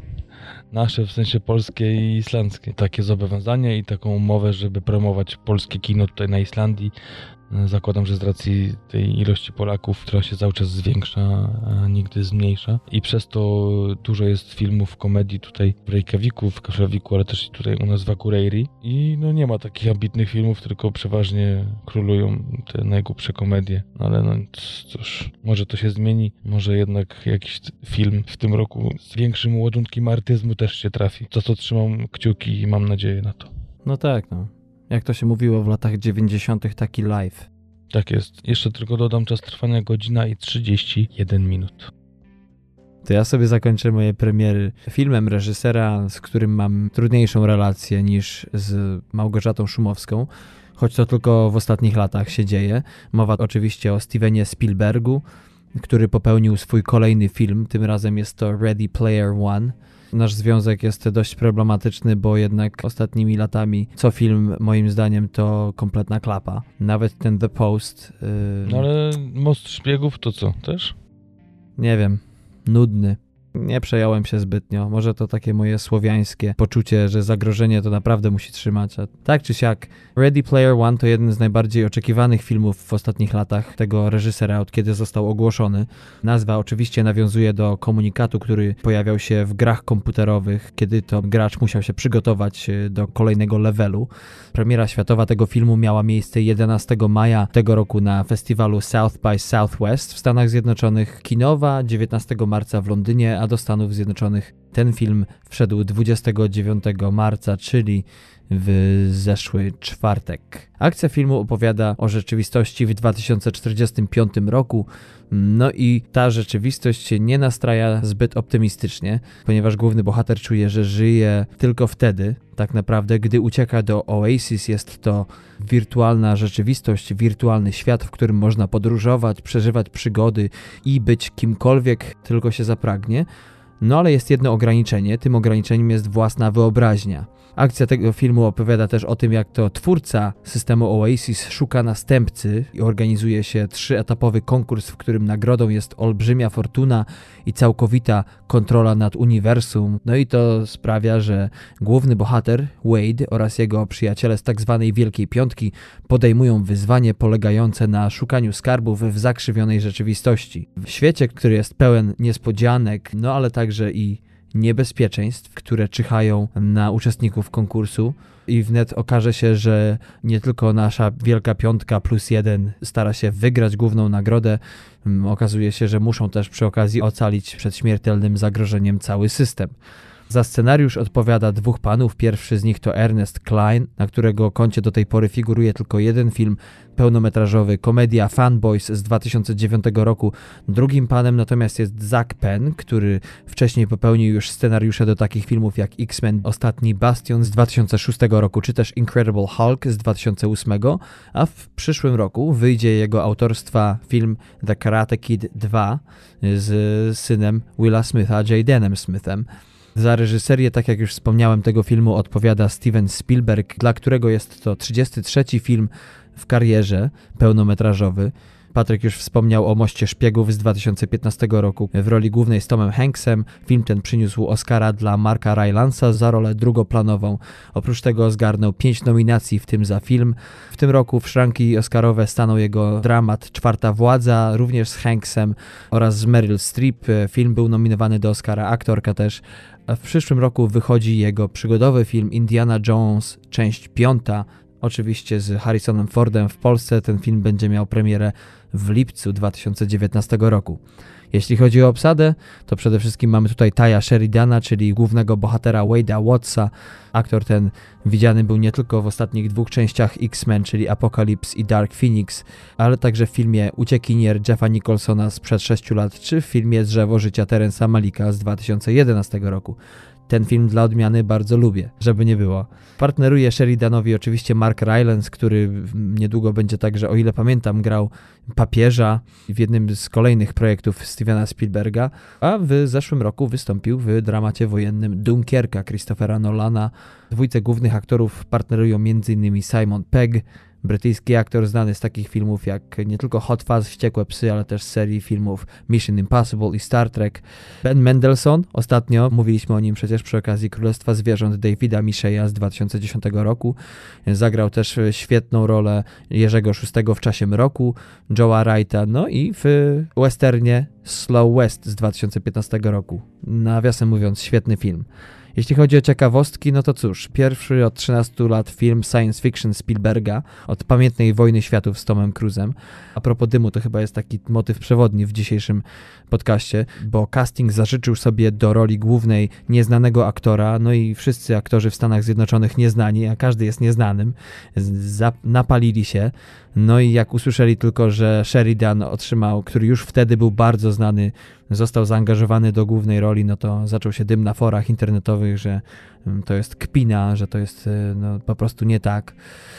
A: Nasze, w sensie polskie i islandzkie. Takie zobowiązanie i taką umowę, żeby promować polskie kino tutaj na Islandii. Zakładam, że z racji tej ilości Polaków, która się cały czas zwiększa, a nigdy zmniejsza. I przez to dużo jest filmów, komedii tutaj w Reykjaviku, w Kaszowiku, ale też tutaj u nas w Akureyri. I no nie ma takich ambitnych filmów, tylko przeważnie królują te najgłupsze komedie. Ale no cóż, może to się zmieni, może jednak jakiś film w tym roku z większym ładunkiem artyzmu też się trafi. Za to trzymam kciuki i mam nadzieję na to.
B: No tak, no. Jak to się mówiło w latach dziewięćdziesiątych, taki live.
A: Tak jest. Jeszcze tylko dodam czas trwania godzina i trzydzieści jeden minut.
B: To ja sobie zakończę moje premiery filmem reżysera, z którym mam trudniejszą relację niż z Małgorzatą Szumowską, choć to tylko w ostatnich latach się dzieje. Mowa oczywiście o Stevenie Spielbergu, który popełnił swój kolejny film, tym razem jest to Ready Player One. Nasz związek jest dość problematyczny, bo jednak ostatnimi latami co film moim zdaniem to kompletna klapa. Nawet ten The Post... Yy...
A: No ale Most Szpiegów to co, też?
B: Nie wiem, nudny. Nie przejąłem się zbytnio. Może to takie moje słowiańskie poczucie, że zagrożenie to naprawdę musi trzymać. A tak czy siak, Ready Player One to jeden z najbardziej oczekiwanych filmów w ostatnich latach tego reżysera, od kiedy został ogłoszony. Nazwa oczywiście nawiązuje do komunikatu, który pojawiał się w grach komputerowych, kiedy to gracz musiał się przygotować do kolejnego levelu. Premiera światowa tego filmu miała miejsce jedenastego maja tego roku na festiwalu South by Southwest w Stanach Zjednoczonych, kinowa dziewiętnastego marca w Londynie, a do Stanów Zjednoczonych ten film wszedł dwudziestego dziewiątego marca, czyli w zeszły czwartek. Akcja filmu opowiada o rzeczywistości w dwa tysiące czterdziestym piątym roku, no i ta rzeczywistość się nie nastraja zbyt optymistycznie, ponieważ główny bohater czuje, że żyje tylko wtedy, tak naprawdę, gdy ucieka do Oasis. Jest to wirtualna rzeczywistość, wirtualny świat, w którym można podróżować, przeżywać przygody i być kimkolwiek tylko się zapragnie. No ale jest jedno ograniczenie, tym ograniczeniem jest własna wyobraźnia. Akcja tego filmu opowiada też o tym, jak to twórca systemu Oasis szuka następcy i organizuje się trzyetapowy konkurs, w którym nagrodą jest olbrzymia fortuna i całkowita kontrola nad uniwersum. No i to sprawia, że główny bohater, Wade, oraz jego przyjaciele z tak zwanej Wielkiej Piątki podejmują wyzwanie polegające na szukaniu skarbów w zakrzywionej rzeczywistości. W świecie, który jest pełen niespodzianek, no ale także i niebezpieczeństw, które czyhają na uczestników konkursu, i wnet okaże się, że nie tylko nasza Wielka Piątka plus jeden stara się wygrać główną nagrodę, okazuje się, że muszą też przy okazji ocalić przed śmiertelnym zagrożeniem cały system. Za scenariusz odpowiada dwóch panów. Pierwszy z nich to Ernest Cline, na którego koncie do tej pory figuruje tylko jeden film pełnometrażowy, komedia Fanboys z dwa tysiące dziewiątego roku. Drugim panem natomiast jest Zach Penn, który wcześniej popełnił już scenariusze do takich filmów jak X-Men Ostatni Bastion z dwa tysiące szóstego roku, czy też Incredible Hulk z dwa tysiące ósmego, a w przyszłym roku wyjdzie jego autorstwa film The Karate Kid dwa z synem Willa Smitha, Jadenem Smithem. Za reżyserię, tak jak już wspomniałem, tego filmu odpowiada Steven Spielberg, dla którego jest to trzydziesty trzeci film w karierze pełnometrażowy. Patryk już wspomniał o Moście Szpiegów z dwa tysiące piętnastego roku w roli głównej z Tomem Hanksem. Film ten przyniósł Oscara dla Marka Rylansa za rolę drugoplanową. Oprócz tego zgarnął pięć nominacji, w tym za film. W tym roku w szranki oscarowe stanął jego dramat Czwarta Władza, również z Hanksem oraz z Meryl Streep. Film był nominowany do Oscara, aktorka też. A w przyszłym roku wychodzi jego przygodowy film Indiana Jones, część piąta, oczywiście z Harrisonem Fordem w Polsce. Ten film będzie miał premierę w lipcu dwa tysiące dziewiętnastego roku. Jeśli chodzi o obsadę, to przede wszystkim mamy tutaj Taya Sheridana, czyli głównego bohatera Wade'a Wattsa. Aktor ten widziany był nie tylko w ostatnich dwóch częściach X-Men, czyli Apocalypse i Dark Phoenix, ale także w filmie Uciekinier Jeffa Nicholsona sprzed sześciu lat, czy w filmie Drzewo życia Terensa Malika z dwa tysiące jedenastego roku. Ten film dla odmiany bardzo lubię, żeby nie było. Partneruje Sheridanowi oczywiście Mark Rylance, który niedługo będzie także, o ile pamiętam, grał papieża w jednym z kolejnych projektów Stevena Spielberga, a w zeszłym roku wystąpił w dramacie wojennym Dunkierka Christophera Nolana. Dwójce głównych aktorów partnerują m.in. Simon Pegg, brytyjski aktor znany z takich filmów jak nie tylko Hot Fuzz, Wściekłe psy, ale też z serii filmów Mission Impossible i Star Trek. Ben Mendelsohn, ostatnio mówiliśmy o nim przecież przy okazji Królestwa Zwierząt Davida Micheya z dwa tysiące dziesiątego roku. Zagrał też świetną rolę Jerzego Szóstego w Czasie Mroku, Joe'a Wrighta, no i w westernie Slow West z dwa tysiące piętnastego roku. Nawiasem mówiąc, świetny film. Jeśli chodzi o ciekawostki, no to cóż, pierwszy od trzynastu lat film science fiction Spielberga od Pamiętnej Wojny Światów z Tomem Cruise'em. A propos dymu, to chyba jest taki motyw przewodni w dzisiejszym podcaście, bo casting zażyczył sobie do roli głównej nieznanego aktora, no i wszyscy aktorzy w Stanach Zjednoczonych nieznani, a każdy jest nieznanym, Zap- napalili się. No i jak usłyszeli tylko, że Sheridan otrzymał, który już wtedy był bardzo znany, został zaangażowany do głównej roli, no to zaczął się dym na forach internetowych, że to jest kpina, że to jest no, po prostu nie tak.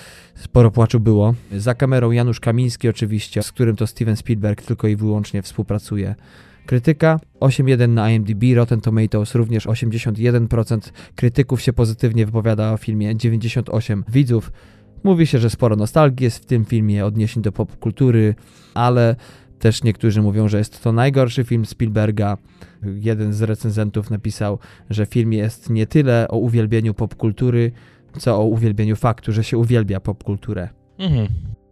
B: Sporo płaczu było. Za kamerą Janusz Kamiński oczywiście, z którym to Steven Spielberg tylko i wyłącznie współpracuje. Krytyka osiem przecinek jeden na I M D B, Rotten Tomatoes również osiemdziesiąt jeden procent krytyków się pozytywnie wypowiada o filmie, dziewięćdziesiąt osiem procent widzów. Mówi się, że sporo nostalgii jest w tym filmie, odniesień do popkultury, ale też niektórzy mówią, że jest to najgorszy film Spielberga. Jeden z recenzentów napisał, że film jest nie tyle o uwielbieniu popkultury, co o uwielbieniu faktu, że się uwielbia popkulturę. Mhm.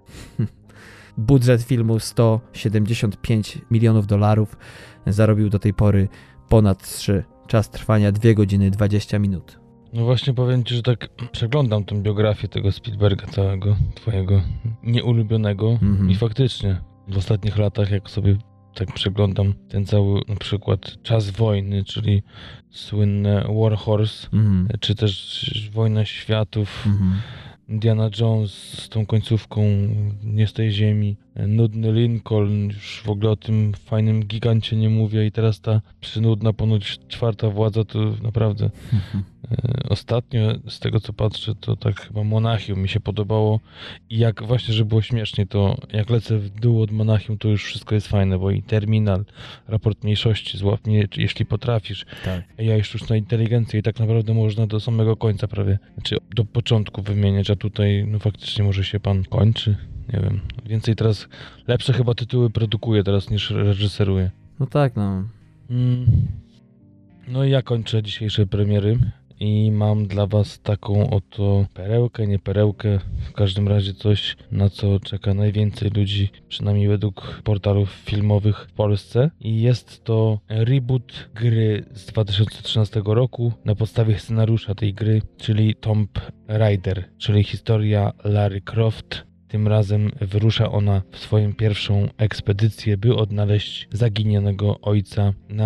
B: Budżet filmu sto siedemdziesiąt pięć milionów dolarów, zarobił do tej pory ponad trzy. Czas trwania dwie godziny dwadzieścia minut.
A: No właśnie powiem ci, że tak przeglądam tę biografię tego Spielberga całego, twojego nieulubionego mm-hmm. i faktycznie w ostatnich latach, jak sobie tak przeglądam ten cały na przykład Czas wojny, czyli słynne War Horse, mm-hmm. czy też Wojna Światów, mm-hmm. Indiana Jones z tą końcówką Nie z tej ziemi, nudny Lincoln, już w ogóle o tym fajnym gigancie nie mówię i teraz ta przynudna ponoć Czwarta Władza, to naprawdę mhm. e, ostatnio z tego co patrzę, to tak chyba Monachium mi się podobało i jak właśnie, że było śmiesznie, to jak lecę w dół od Monachium, to już wszystko jest fajne, bo i Terminal, Raport Mniejszości, Złap mnie, jeśli potrafisz, tak. Ja i sztuczna inteligencja i tak naprawdę można do samego końca prawie, znaczy do początku wymieniać, a tutaj no faktycznie może się pan kończy. Nie wiem, więcej teraz, lepsze chyba tytuły produkuje teraz niż reżyseruje.
B: No tak, no.
A: Mm. No i ja kończę dzisiejsze premiery i mam dla was taką oto perełkę, nie perełkę, w każdym razie coś, na co czeka najwięcej ludzi, przynajmniej według portalów filmowych w Polsce. I jest to reboot gry z dwa tysiące trzynastego roku na podstawie scenariusza tej gry, czyli Tomb Raider, czyli historia Lara Croft. Tym razem wyrusza ona w swoją pierwszą ekspedycję, by odnaleźć zaginionego ojca na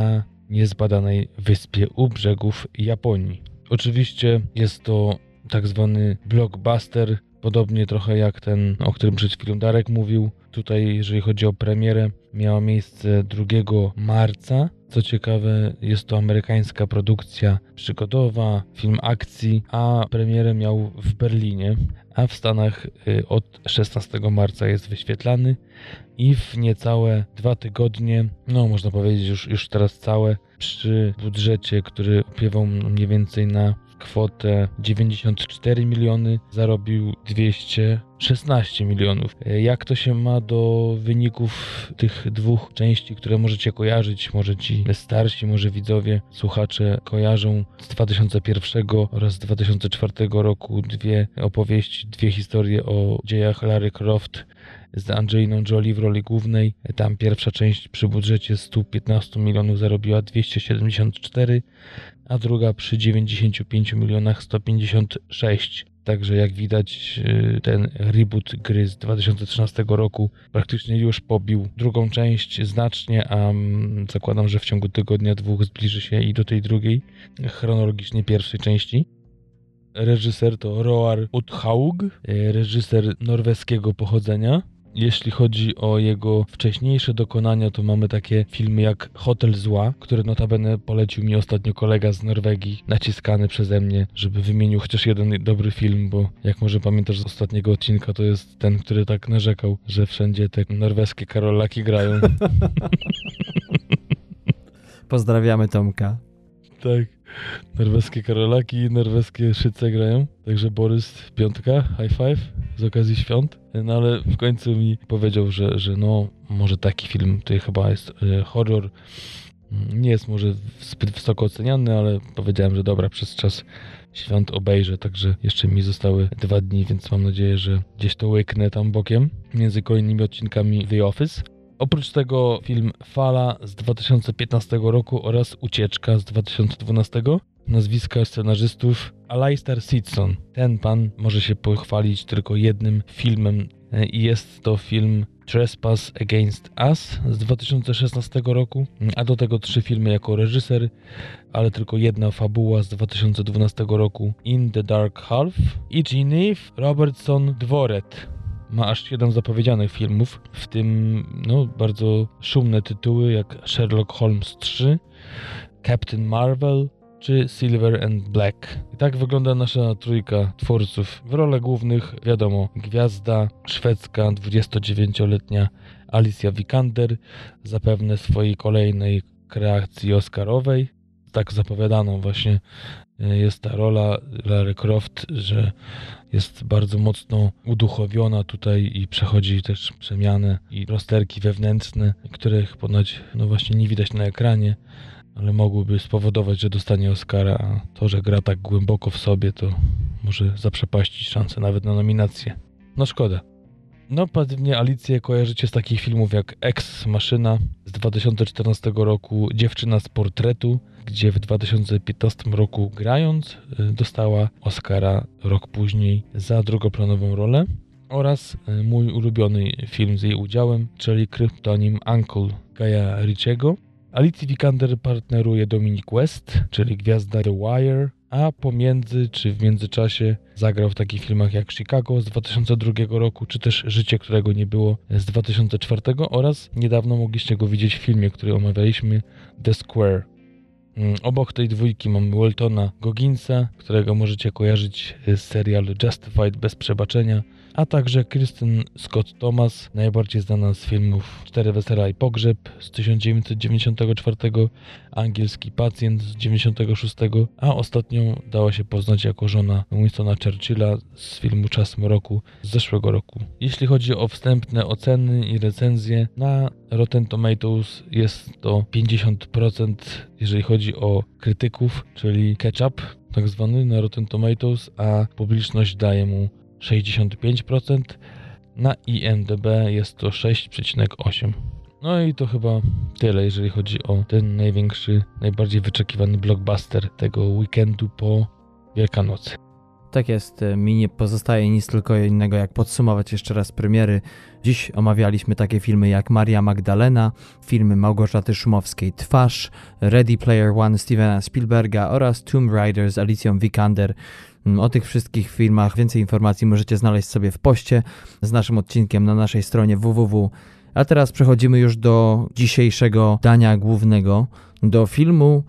A: niezbadanej wyspie u brzegów Japonii. Oczywiście jest to tak zwany blockbuster, podobnie trochę jak ten, o którym przed chwilą Darek mówił. Tutaj, jeżeli chodzi o premierę, miała miejsce drugiego marca. Co ciekawe, jest to amerykańska produkcja przygodowa, film akcji, a premierę miał w Berlinie, a w Stanach od szesnastego marca jest wyświetlany i w niecałe dwa tygodnie, no można powiedzieć już, już teraz całe, przy budżecie, który opiewał mniej więcej na kwotę dziewięćdziesiąt cztery miliony, zarobił dwieście szesnaście milionów. Jak to się ma do wyników tych dwóch części, które możecie kojarzyć, może ci starsi, może widzowie, słuchacze kojarzą z dwa tysiące pierwszego oraz dwa tysiące czwartego roku dwie opowieści, dwie historie o dziejach Lara Croft z Angeliną Jolie w roli głównej. Tam pierwsza część przy budżecie stu piętnastu milionów zarobiła dwieście siedemdziesiąt cztery, a druga przy dziewięćdziesięciu pięciu milionach sto pięćdziesiąt sześć. Także jak widać, ten reboot gry z dwa tysiące trzynastego roku praktycznie już pobił drugą część znacznie, a zakładam, że w ciągu tygodnia, dwóch zbliży się i do tej drugiej, chronologicznie pierwszej części. Reżyser to Roar Uthaug, reżyser norweskiego pochodzenia. Jeśli chodzi o jego wcześniejsze dokonania, to mamy takie filmy jak Hotel Zła, który notabene polecił mi ostatnio kolega z Norwegii, naciskany przeze mnie, żeby wymienił chociaż jeden dobry film, bo jak może pamiętasz z ostatniego odcinka, to jest ten, który tak narzekał, że wszędzie te norweskie karolaki grają.
B: Pozdrawiamy Tomka.
A: Tak, norweskie karolaki i norweskie szyce grają, także Borys, piątka, high five z okazji świąt, no ale w końcu mi powiedział, że, że no może taki film, to chyba jest e, horror, nie jest może zbyt wysoko oceniany, ale powiedziałem, że dobra, przez czas świąt obejrzę, także jeszcze mi zostały dwa dni, więc mam nadzieję, że gdzieś to łyknę tam bokiem między kolejnymi odcinkami The Office. Oprócz tego film Fala z dwa tysiące piętnastego roku oraz Ucieczka z dwa tysiące dwunastego. Nazwiska scenarzystów Alastair Sidson. Ten pan może się pochwalić tylko jednym filmem i jest to film Trespass Against Us z dwa tysiące szesnastego roku, a do tego trzy filmy jako reżyser, ale tylko jedna fabuła z dwa tysiące dwunastego roku, In the Dark Half i Genevieve Robertson Dworet. Ma aż siedem zapowiedzianych filmów, w tym no, bardzo szumne tytuły jak Sherlock Holmes trzy, Captain Marvel czy Silver and Black. I tak wygląda nasza trójka twórców. W rolach głównych, wiadomo, gwiazda szwedzka, dwudziestodziewięcioletnia Alicia Vikander, zapewne swojej kolejnej kreacji oscarowej. Tak zapowiadaną właśnie jest ta rola Lara Croft, że jest bardzo mocno uduchowiona tutaj i przechodzi też przemianę i rozterki wewnętrzne, których ponoć no właśnie nie widać na ekranie, ale mogłyby spowodować, że dostanie Oscara, a to, że gra tak głęboko w sobie, to może zaprzepaścić szansę nawet na nominację. No szkoda. No pewnie Alicję kojarzycie z takich filmów jak Ex Maszyna z dwa tysiące czternastego roku, Dziewczyna z portretu, gdzie w dwa tysiące piętnastym roku grając dostała Oscara rok później za drugoplanową rolę, oraz mój ulubiony film z jej udziałem, czyli Kryptonim Uncle Guya Ritchiego. Alicji Vikander partneruje Dominic West, czyli gwiazda The Wire, a pomiędzy czy w międzyczasie zagrał w takich filmach jak Chicago z dwa tysiące drugiego roku, czy też Życie, którego nie było z dwa tysiące czwartego oraz niedawno mogliście go widzieć w filmie, który omawialiśmy, The Square. Obok tej dwójki mamy Waltona Gogginsa, którego możecie kojarzyć z serialu Justified bez przebaczenia, a także Kristen Scott Thomas, najbardziej znana z filmów Cztery wesela i pogrzeb z tysiąc dziewięćset dziewięćdziesiątego czwartego, Angielski pacjent z dziewięćdziesiątego szóstego, a ostatnią dała się poznać jako żona Winstona Churchilla z filmu Czas mroku z zeszłego roku. Jeśli chodzi o wstępne oceny i recenzje, na Rotten Tomatoes jest to pięćdziesiąt procent, jeżeli chodzi o krytyków, czyli catch-up tak zwany na Rotten Tomatoes, a publiczność daje mu sześćdziesiąt pięć procent, na I M D B jest to sześć przecinek osiem. No i to chyba tyle, jeżeli chodzi o ten największy, najbardziej wyczekiwany blockbuster tego weekendu po Wielkanocy.
B: Tak jest, mi nie pozostaje nic tylko innego jak podsumować jeszcze raz premiery. Dziś omawialiśmy takie filmy jak Maria Magdalena, filmy Małgorzaty Szumowskiej Twarz, Ready Player One Stevena Spielberga oraz Tomb Raider z Alicją Vikander. O tych wszystkich filmach więcej informacji możecie znaleźć sobie w poście z naszym odcinkiem na naszej stronie www. A teraz przechodzimy już do dzisiejszego dania głównego, do filmu,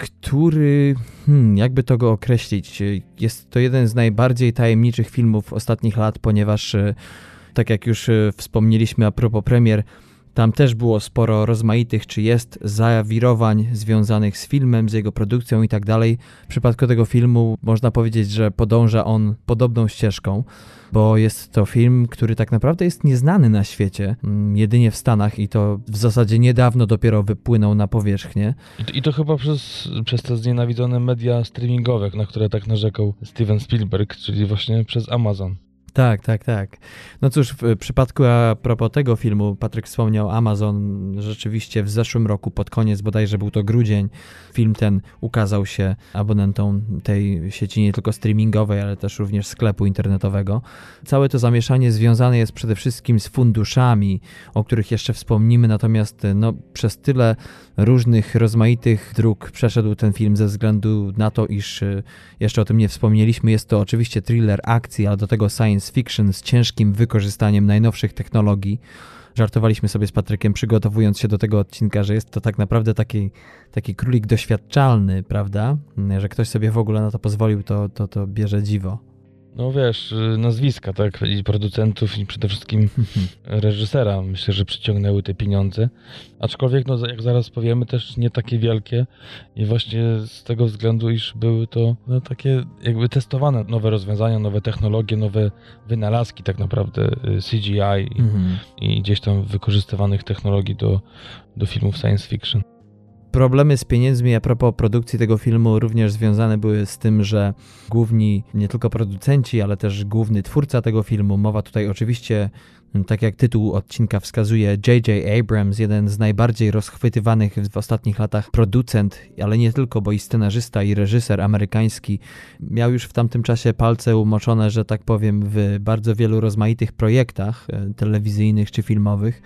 B: który, hmm, jakby to go określić, jest to jeden z najbardziej tajemniczych filmów ostatnich lat, ponieważ, tak jak już wspomnieliśmy a propos premier, tam też było sporo rozmaitych, czy jest, zawirowań związanych z filmem, z jego produkcją i tak dalej. W przypadku tego filmu można powiedzieć, że podąża on podobną ścieżką, bo jest to film, który tak naprawdę jest nieznany na świecie, jedynie w Stanach i to w zasadzie niedawno dopiero wypłynął na powierzchnię.
A: I to chyba przez, przez te znienawidzone media streamingowe, na które tak narzekał Steven Spielberg, czyli właśnie przez Amazon.
B: Tak, tak, tak. No cóż, w przypadku a propos tego filmu, Patryk wspomniał Amazon, rzeczywiście w zeszłym roku, pod koniec bodajże był to grudzień, film ten ukazał się abonentom tej sieci nie tylko streamingowej, ale też również sklepu internetowego. Całe to zamieszanie związane jest przede wszystkim z funduszami, o których jeszcze wspomnimy, natomiast no, przez tyle różnych, rozmaitych dróg przeszedł ten film ze względu na to, iż jeszcze o tym nie wspomnieliśmy, jest to oczywiście thriller akcji, ale do tego science fiction z ciężkim wykorzystaniem najnowszych technologii. Żartowaliśmy sobie z Patrykiem, przygotowując się do tego odcinka, że jest to tak naprawdę taki, taki królik doświadczalny, prawda? Że ktoś sobie w ogóle na to pozwolił, to, to, to bierze dziwo.
A: No wiesz, nazwiska, tak, i producentów i przede wszystkim reżysera, myślę, że przyciągnęły te pieniądze, aczkolwiek, no jak zaraz powiemy, też nie takie wielkie i właśnie z tego względu, iż były to no, takie jakby testowane nowe rozwiązania, nowe technologie, nowe wynalazki tak naprawdę, C G I i, mhm. i gdzieś tam wykorzystywanych technologii do, do filmów science fiction.
B: Problemy z pieniędzmi a propos produkcji tego filmu również związane były z tym, że główni, nie tylko producenci, ale też główny twórca tego filmu, mowa tutaj oczywiście, tak jak tytuł odcinka wskazuje, J J Abrams, jeden z najbardziej rozchwytywanych w ostatnich latach producent, ale nie tylko, bo i scenarzysta i reżyser amerykański, miał już w tamtym czasie palce umoczone, że tak powiem, w bardzo wielu rozmaitych projektach telewizyjnych czy filmowych.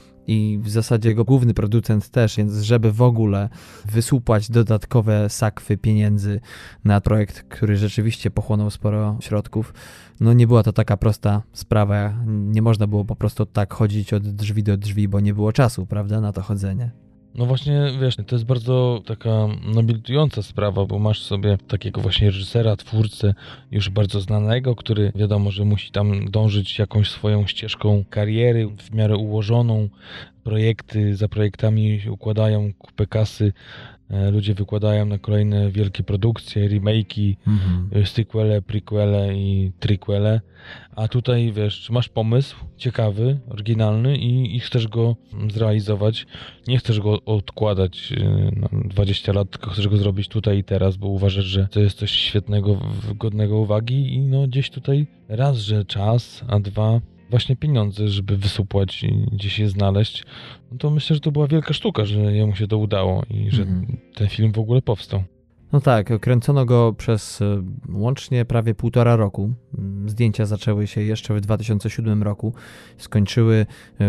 B: I w zasadzie jego główny producent też, więc żeby w ogóle wysupłać dodatkowe sakwy pieniędzy na projekt, który rzeczywiście pochłonął sporo środków, no nie była to taka prosta sprawa. Nie można było po prostu tak chodzić od drzwi do drzwi, bo nie było czasu, prawda, na to chodzenie.
A: No właśnie, wiesz, to jest bardzo taka nobilitująca sprawa, bo masz sobie takiego właśnie reżysera, twórcę już bardzo znanego, który wiadomo, że musi tam dążyć jakąś swoją ścieżką kariery, w miarę ułożoną, projekty za projektami układają kupę kasy, ludzie wykładają na kolejne wielkie produkcje, remake'i, mhm. sequele, prequele i triquele, a tutaj wiesz, masz pomysł ciekawy, oryginalny i, i chcesz go zrealizować, nie chcesz go odkładać na dwadzieścia lat, tylko chcesz go zrobić tutaj i teraz, bo uważasz, że to jest coś świetnego, godnego uwagi i no gdzieś tutaj raz, że czas, a dwa właśnie pieniądze, żeby wysupłać i gdzieś je znaleźć, no to myślę, że to była wielka sztuka, że jemu się to udało i że mhm. ten film w ogóle powstał.
B: No tak, kręcono go przez łącznie prawie półtora roku. Zdjęcia zaczęły się jeszcze w dwa tysiące siódmym roku, skończyły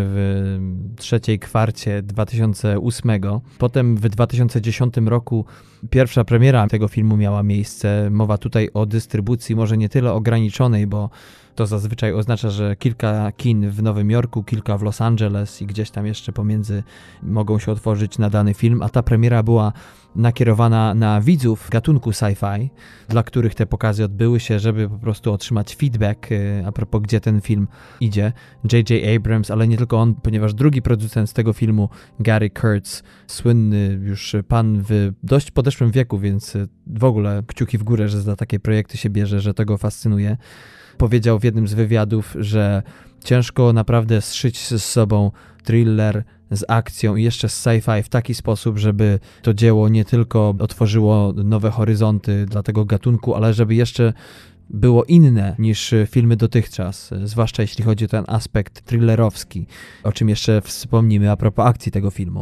B: w trzeciej kwarcie dwa tysiące ósmego. Potem w dwa tysiące dziesiątym roku pierwsza premiera tego filmu miała miejsce. Mowa tutaj o dystrybucji może nie tyle ograniczonej, bo to zazwyczaj oznacza, że kilka kin w Nowym Jorku, kilka w Los Angeles i gdzieś tam jeszcze pomiędzy mogą się otworzyć na dany film, a ta premiera była nakierowana na widzów gatunku sci-fi, dla których te pokazy odbyły się, żeby po prostu otrzymać feedback a propos gdzie ten film idzie. J J Abrams, ale nie tylko on, ponieważ drugi producent z tego filmu, Gary Kurtz, słynny już pan w dość podeszłym wieku, więc w ogóle kciuki w górę, że za takie projekty się bierze, że to go fascynuje. Powiedział w jednym z wywiadów, że ciężko naprawdę zszyć z sobą thriller z akcją i jeszcze z sci-fi w taki sposób, żeby to dzieło nie tylko otworzyło nowe horyzonty dla tego gatunku, ale żeby jeszcze było inne niż filmy dotychczas, zwłaszcza jeśli chodzi o ten aspekt thrillerowski, o czym jeszcze wspomnimy a propos akcji tego filmu.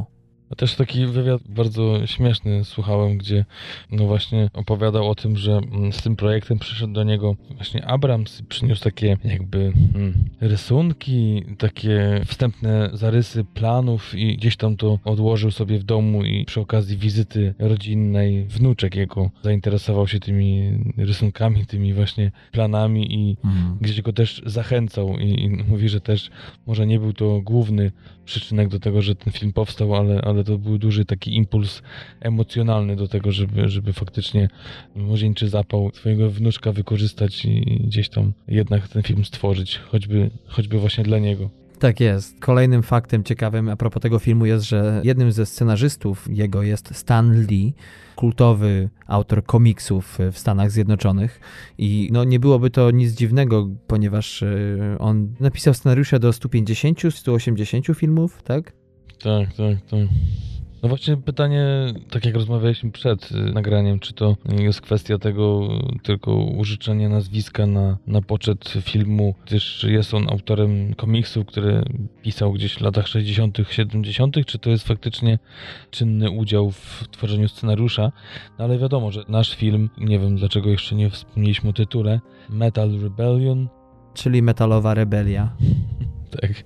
A: A też taki wywiad bardzo śmieszny słuchałem, gdzie no właśnie opowiadał o tym, że z tym projektem przyszedł do niego właśnie Abrams i przyniósł takie jakby hmm, rysunki, takie wstępne zarysy planów i gdzieś tam to odłożył sobie w domu i przy okazji wizyty rodzinnej wnuczek jego zainteresował się tymi rysunkami, tymi właśnie planami i mhm. gdzieś go też zachęcał i, i mówi, że też może nie był to główny przyczynek do tego, że ten film powstał, ale, ale to był duży taki impuls emocjonalny do tego, żeby, żeby faktycznie młodzieńczy zapał swojego wnuczka wykorzystać i gdzieś tam jednak ten film stworzyć, choćby, choćby właśnie dla niego.
B: Tak jest. Kolejnym faktem ciekawym a propos tego filmu jest, że jednym ze scenarzystów jego jest Stan Lee, kultowy autor komiksów w Stanach Zjednoczonych i no nie byłoby to nic dziwnego, ponieważ on napisał scenariusze do stu pięćdziesięciu, stu osiemdziesięciu filmów, tak?
A: Tak, tak, tak. No właśnie pytanie, tak jak rozmawialiśmy przed nagraniem, czy to jest kwestia tego tylko użyczenia nazwiska na, na poczet filmu, gdyż jest on autorem komiksów, które pisał gdzieś w latach sześćdziesiątych, siedemdziesiątych, czy to jest faktycznie czynny udział w tworzeniu scenariusza, no ale wiadomo, że nasz film, nie wiem dlaczego jeszcze nie wspomnieliśmy o tytule, Metal Rebellion.
B: Czyli metalowa rebelia.
A: Tak.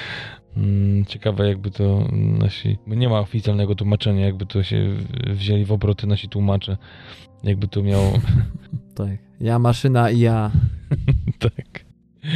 A: Ciekawe jakby to nasi... Nie ma oficjalnego tłumaczenia, jakby to się wzięli w obroty nasi tłumacze. Jakby to miało...
B: Tak. Ja, maszyna i ja.
A: Tak.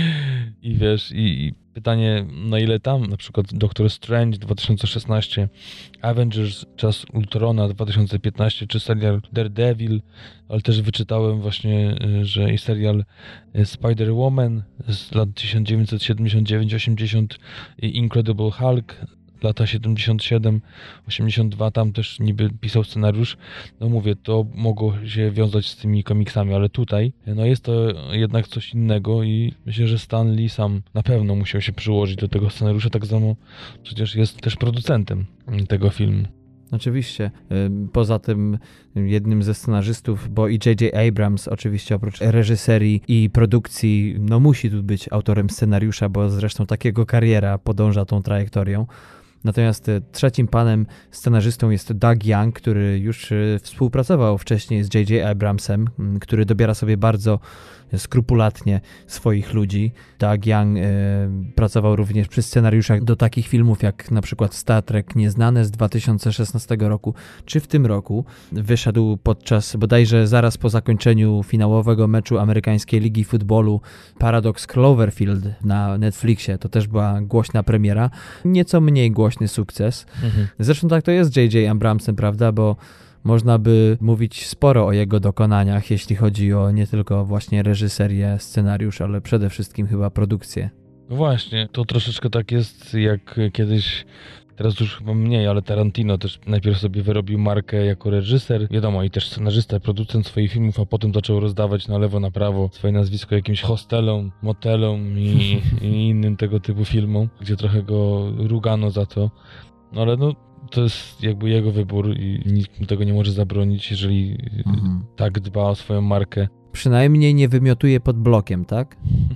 A: I wiesz, i, i pytanie, na ile tam, na przykład Doctor Strange dwa tysiące szesnaście, Avengers Czas Ultrona dwa tysiące piętnaście, czy serial Daredevil, ale też wyczytałem właśnie, że i serial Spider-Woman z lat tysiąc dziewięćset siedemdziesiąt dziewięć osiemdziesiąt i Incredible Hulk lata siedemdziesiąt siedem osiemdziesiąt dwa, tam też niby pisał scenariusz. No mówię, to mogło się wiązać z tymi komiksami, ale tutaj no jest to jednak coś innego i myślę, że Stan Lee sam na pewno musiał się przyłożyć do tego scenariusza, tak samo przecież jest też producentem tego filmu.
B: Oczywiście. Poza tym jednym ze scenarzystów, bo i J J Abrams oczywiście oprócz reżyserii i produkcji, no musi tu być autorem scenariusza, bo zresztą takiego kariera podąża tą trajektorią. Natomiast trzecim panem scenarzystą jest Doug Young, który już współpracował wcześniej z J J Abramsem, który dobiera sobie bardzo skrupulatnie swoich ludzi. Doug Young e, pracował również przy scenariuszach do takich filmów jak na przykład Star Trek Nieznane z dwa tysiące szesnastego roku, czy w tym roku wyszedł podczas bodajże zaraz po zakończeniu finałowego meczu amerykańskiej ligi futbolu Paradox Cloverfield na Netflixie. To też była głośna premiera. Nieco mniej głośny sukces. Mhm. Zresztą tak to jest z J J Abramsem, prawda, bo można by mówić sporo o jego dokonaniach, jeśli chodzi o nie tylko właśnie reżyserię, scenariusz, ale przede wszystkim chyba produkcję.
A: No właśnie, to troszeczkę tak jest jak kiedyś, teraz już chyba mniej, ale Tarantino też najpierw sobie wyrobił markę jako reżyser, wiadomo, i też scenarzysta, producent swoich filmów, a potem zaczął rozdawać na lewo, na prawo swoje nazwisko jakimś hostelom, motelom i, i innym tego typu filmom, gdzie trochę go rugano za to. No ale no, to jest jakby jego wybór i nikt mu tego nie może zabronić, jeżeli mhm. tak dba o swoją markę.
B: Przynajmniej nie wymiotuje pod blokiem, tak?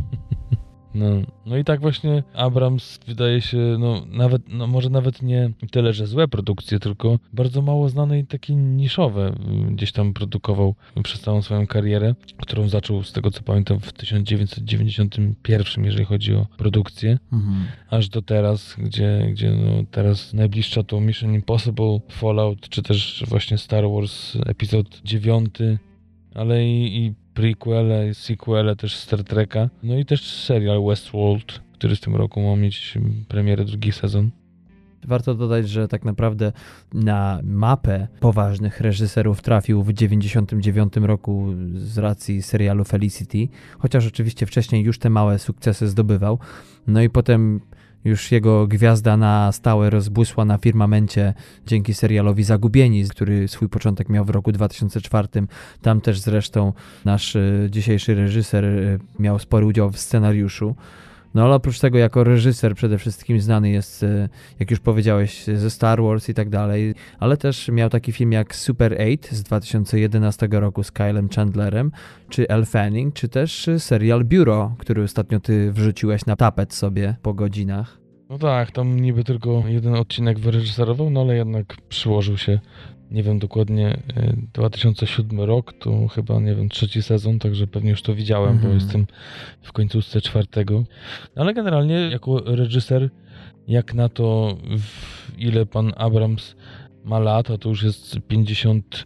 A: No, no i tak właśnie Abrams wydaje się, no nawet, no może nawet nie tyle, że złe produkcje, tylko bardzo mało znane i takie niszowe gdzieś tam produkował przez całą swoją karierę, którą zaczął z tego co pamiętam w tysiąc dziewięćset dziewięćdziesiątym pierwszym, jeżeli chodzi o produkcję, mhm. aż do teraz, gdzie, gdzie no teraz najbliższa to Mission Impossible, Fallout, czy też właśnie Star Wars epizod dziewiąty, ale i, i prequele, sequele też Star Treka, no i też serial Westworld, który w tym roku ma mieć premierę drugi sezon.
B: Warto dodać, że tak naprawdę na mapę poważnych reżyserów trafił w dziewięćdziesiątym dziewiątym roku z racji serialu Felicity, chociaż oczywiście wcześniej już te małe sukcesy zdobywał. No i potem już jego gwiazda na stałe rozbłysła na firmamencie dzięki serialowi Zagubieni, który swój początek miał w roku dwa tysiące czwartym. Tam też zresztą nasz dzisiejszy reżyser miał spory udział w scenariuszu. No ale oprócz tego jako reżyser przede wszystkim znany jest, jak już powiedziałeś, ze Star Wars i tak dalej, ale też miał taki film jak Super osiem z dwa tysiące jedenastego roku z Kylem Chandlerem, czy Elle Fanning, czy też serial Biuro, który ostatnio ty wrzuciłeś na tapet sobie po godzinach.
A: No tak, tam niby tylko jeden odcinek wyreżyserował, no ale jednak przyłożył się, nie wiem dokładnie, dwa tysiące siódmy rok, to chyba, nie wiem, trzeci sezon, także pewnie już to widziałem, mm. bo jestem w końcówce czwartego. Ale generalnie jako reżyser, jak na to, ile pan Abrams ma lat, a to już jest pięćdziesiąt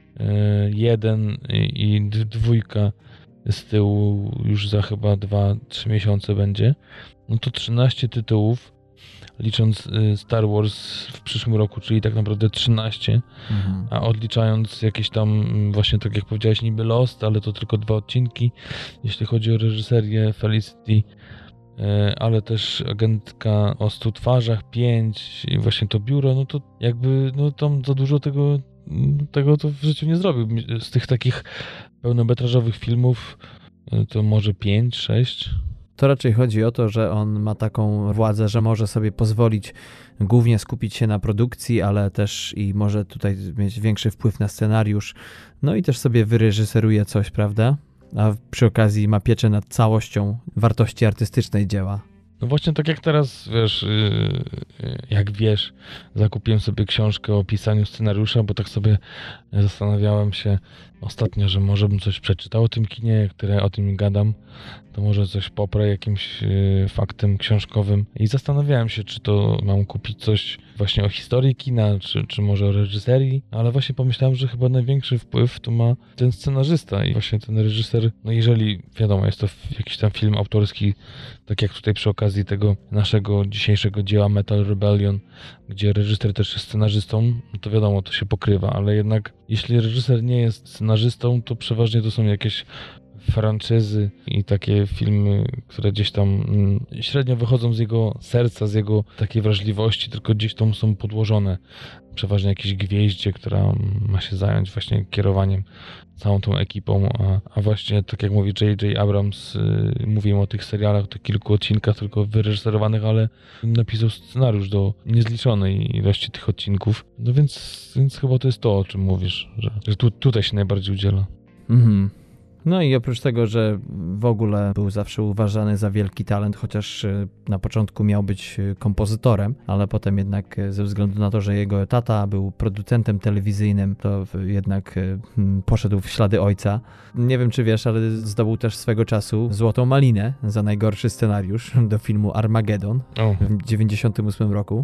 A: jeden i dwójka z tyłu już za chyba dwa trzy miesiące będzie, no to trzynaście tytułów, licząc Star Wars w przyszłym roku, czyli tak naprawdę trzynaście, mhm. a odliczając jakieś tam, właśnie tak jak powiedziałeś, niby Lost, ale to tylko dwa odcinki, jeśli chodzi o reżyserię, Felicity, ale też Agentka o stu twarzach, pięć i właśnie to biuro, no to jakby, no tam za dużo tego, tego to w życiu nie zrobił. Z tych takich pełnometrażowych filmów to może pięć, sześć.
B: To raczej chodzi o to, że on ma taką władzę, że może sobie pozwolić głównie skupić się na produkcji, ale też i może tutaj mieć większy wpływ na scenariusz, no i też sobie wyreżyseruje coś, prawda? A przy okazji ma pieczę nad całością wartości artystycznej dzieła.
A: No właśnie tak jak teraz, wiesz, jak wiesz, zakupiłem sobie książkę o pisaniu scenariusza, bo tak sobie zastanawiałem się ostatnio, że może bym coś przeczytał o tym kinie, które o tym gadam, to może coś poprę jakimś faktem książkowym i zastanawiałem się, czy to mam kupić coś właśnie o historii kina, czy, czy może o reżyserii, ale właśnie pomyślałem, że chyba największy wpływ tu ma ten scenarzysta i właśnie ten reżyser, no jeżeli, wiadomo, jest to jakiś tam film autorski, tak jak tutaj przy okazji tego naszego dzisiejszego dzieła Metal Rebellion, gdzie reżyser też jest scenarzystą, no to wiadomo, to się pokrywa, ale jednak jeśli reżyser nie jest scenarzystą, to przeważnie to są jakieś franczyzy i takie filmy, które gdzieś tam mm, średnio wychodzą z jego serca, z jego takiej wrażliwości, tylko gdzieś tam są podłożone. Przeważnie jakiejś gwieździe, która ma się zająć właśnie kierowaniem całą tą ekipą, a, a właśnie tak jak mówi J J Abrams, yy, mówimy o tych serialach, o tych kilku odcinkach tylko wyreżyserowanych, ale napisał scenariusz do niezliczonej ilości tych odcinków. No więc, więc chyba to jest to, o czym mówisz, że, że tu, tutaj się najbardziej udziela.
B: Mhm. No i oprócz tego, że w ogóle był zawsze uważany za wielki talent, chociaż na początku miał być kompozytorem, ale potem jednak ze względu na to, że jego tata był producentem telewizyjnym, to jednak poszedł w ślady ojca. Nie wiem, czy wiesz, ale zdobył też swego czasu Złotą Malinę za najgorszy scenariusz do filmu Armageddon oh. w dziewięćdziesiątym ósmym roku.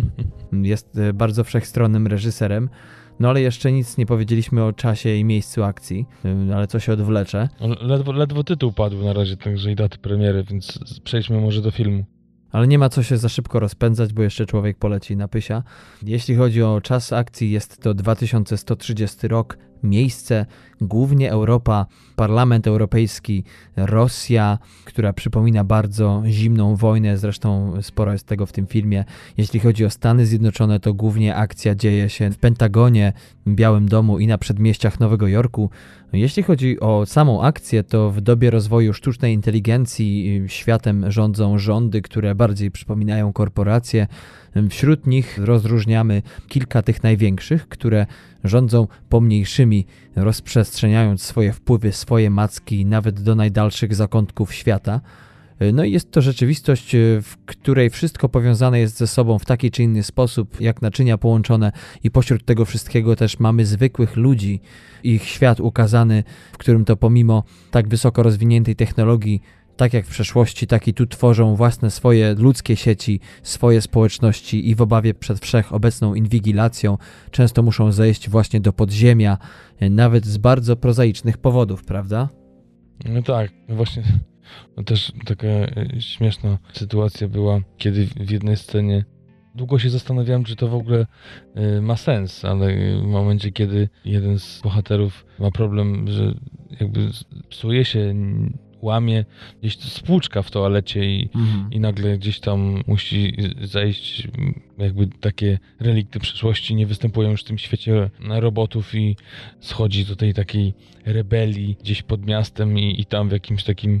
B: Jest bardzo wszechstronnym reżyserem. No ale jeszcze nic nie powiedzieliśmy o czasie i miejscu akcji, ale co się odwlecze.
A: Ledwo, ledwo tytuł padł na razie, także i daty premiery, więc przejdźmy może do filmu.
B: Ale nie ma co się za szybko rozpędzać, bo jeszcze człowiek poleci na pysia. Jeśli chodzi o czas akcji, jest to dwa tysiące sto trzydziesty rok, miejsce głównie Europa, Parlament Europejski, Rosja, która przypomina bardzo zimną wojnę, zresztą sporo jest tego w tym filmie. Jeśli chodzi o Stany Zjednoczone, to głównie akcja dzieje się w Pentagonie, Białym Domu i na przedmieściach Nowego Jorku. Jeśli chodzi o samą akcję, to w dobie rozwoju sztucznej inteligencji światem rządzą rządy, które bardziej przypominają korporacje. Wśród nich rozróżniamy kilka tych największych, które rządzą pomniejszymi, rozprzestrzeniając swoje wpływy, swoje macki nawet do najdalszych zakątków świata. No i jest to rzeczywistość, w której wszystko powiązane jest ze sobą w taki czy inny sposób, jak naczynia połączone i pośród tego wszystkiego też mamy zwykłych ludzi, ich świat ukazany, w którym to pomimo tak wysoko rozwiniętej technologii, tak jak w przeszłości, tak i tu tworzą własne swoje ludzkie sieci, swoje społeczności i w obawie przed wszechobecną inwigilacją często muszą zejść właśnie do podziemia, nawet z bardzo prozaicznych powodów, prawda?
A: No tak, właśnie no też taka śmieszna sytuacja była, kiedy w jednej scenie długo się zastanawiałem, czy to w ogóle y, ma sens, ale w momencie, kiedy jeden z bohaterów ma problem, że jakby psuje się, łamie gdzieś spłuczka w toalecie i, mhm. i nagle gdzieś tam musi zajść, jakby takie relikty przeszłości nie występują już w tym świecie robotów i schodzi do tej takiej rebelii gdzieś pod miastem i, i tam w jakimś takim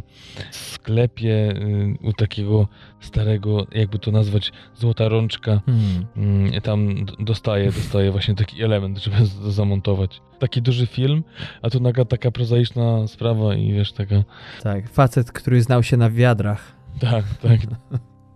A: sklepie y, u takiego starego, jakby to nazwać, złota rączka, mhm. y, tam dostaje, dostaje właśnie taki element, żeby to zamontować. Taki duży film, a tu nagle taka prozaiczna sprawa i wiesz, taka...
B: Tak, facet, który znał się na wiadrach.
A: Tak, tak.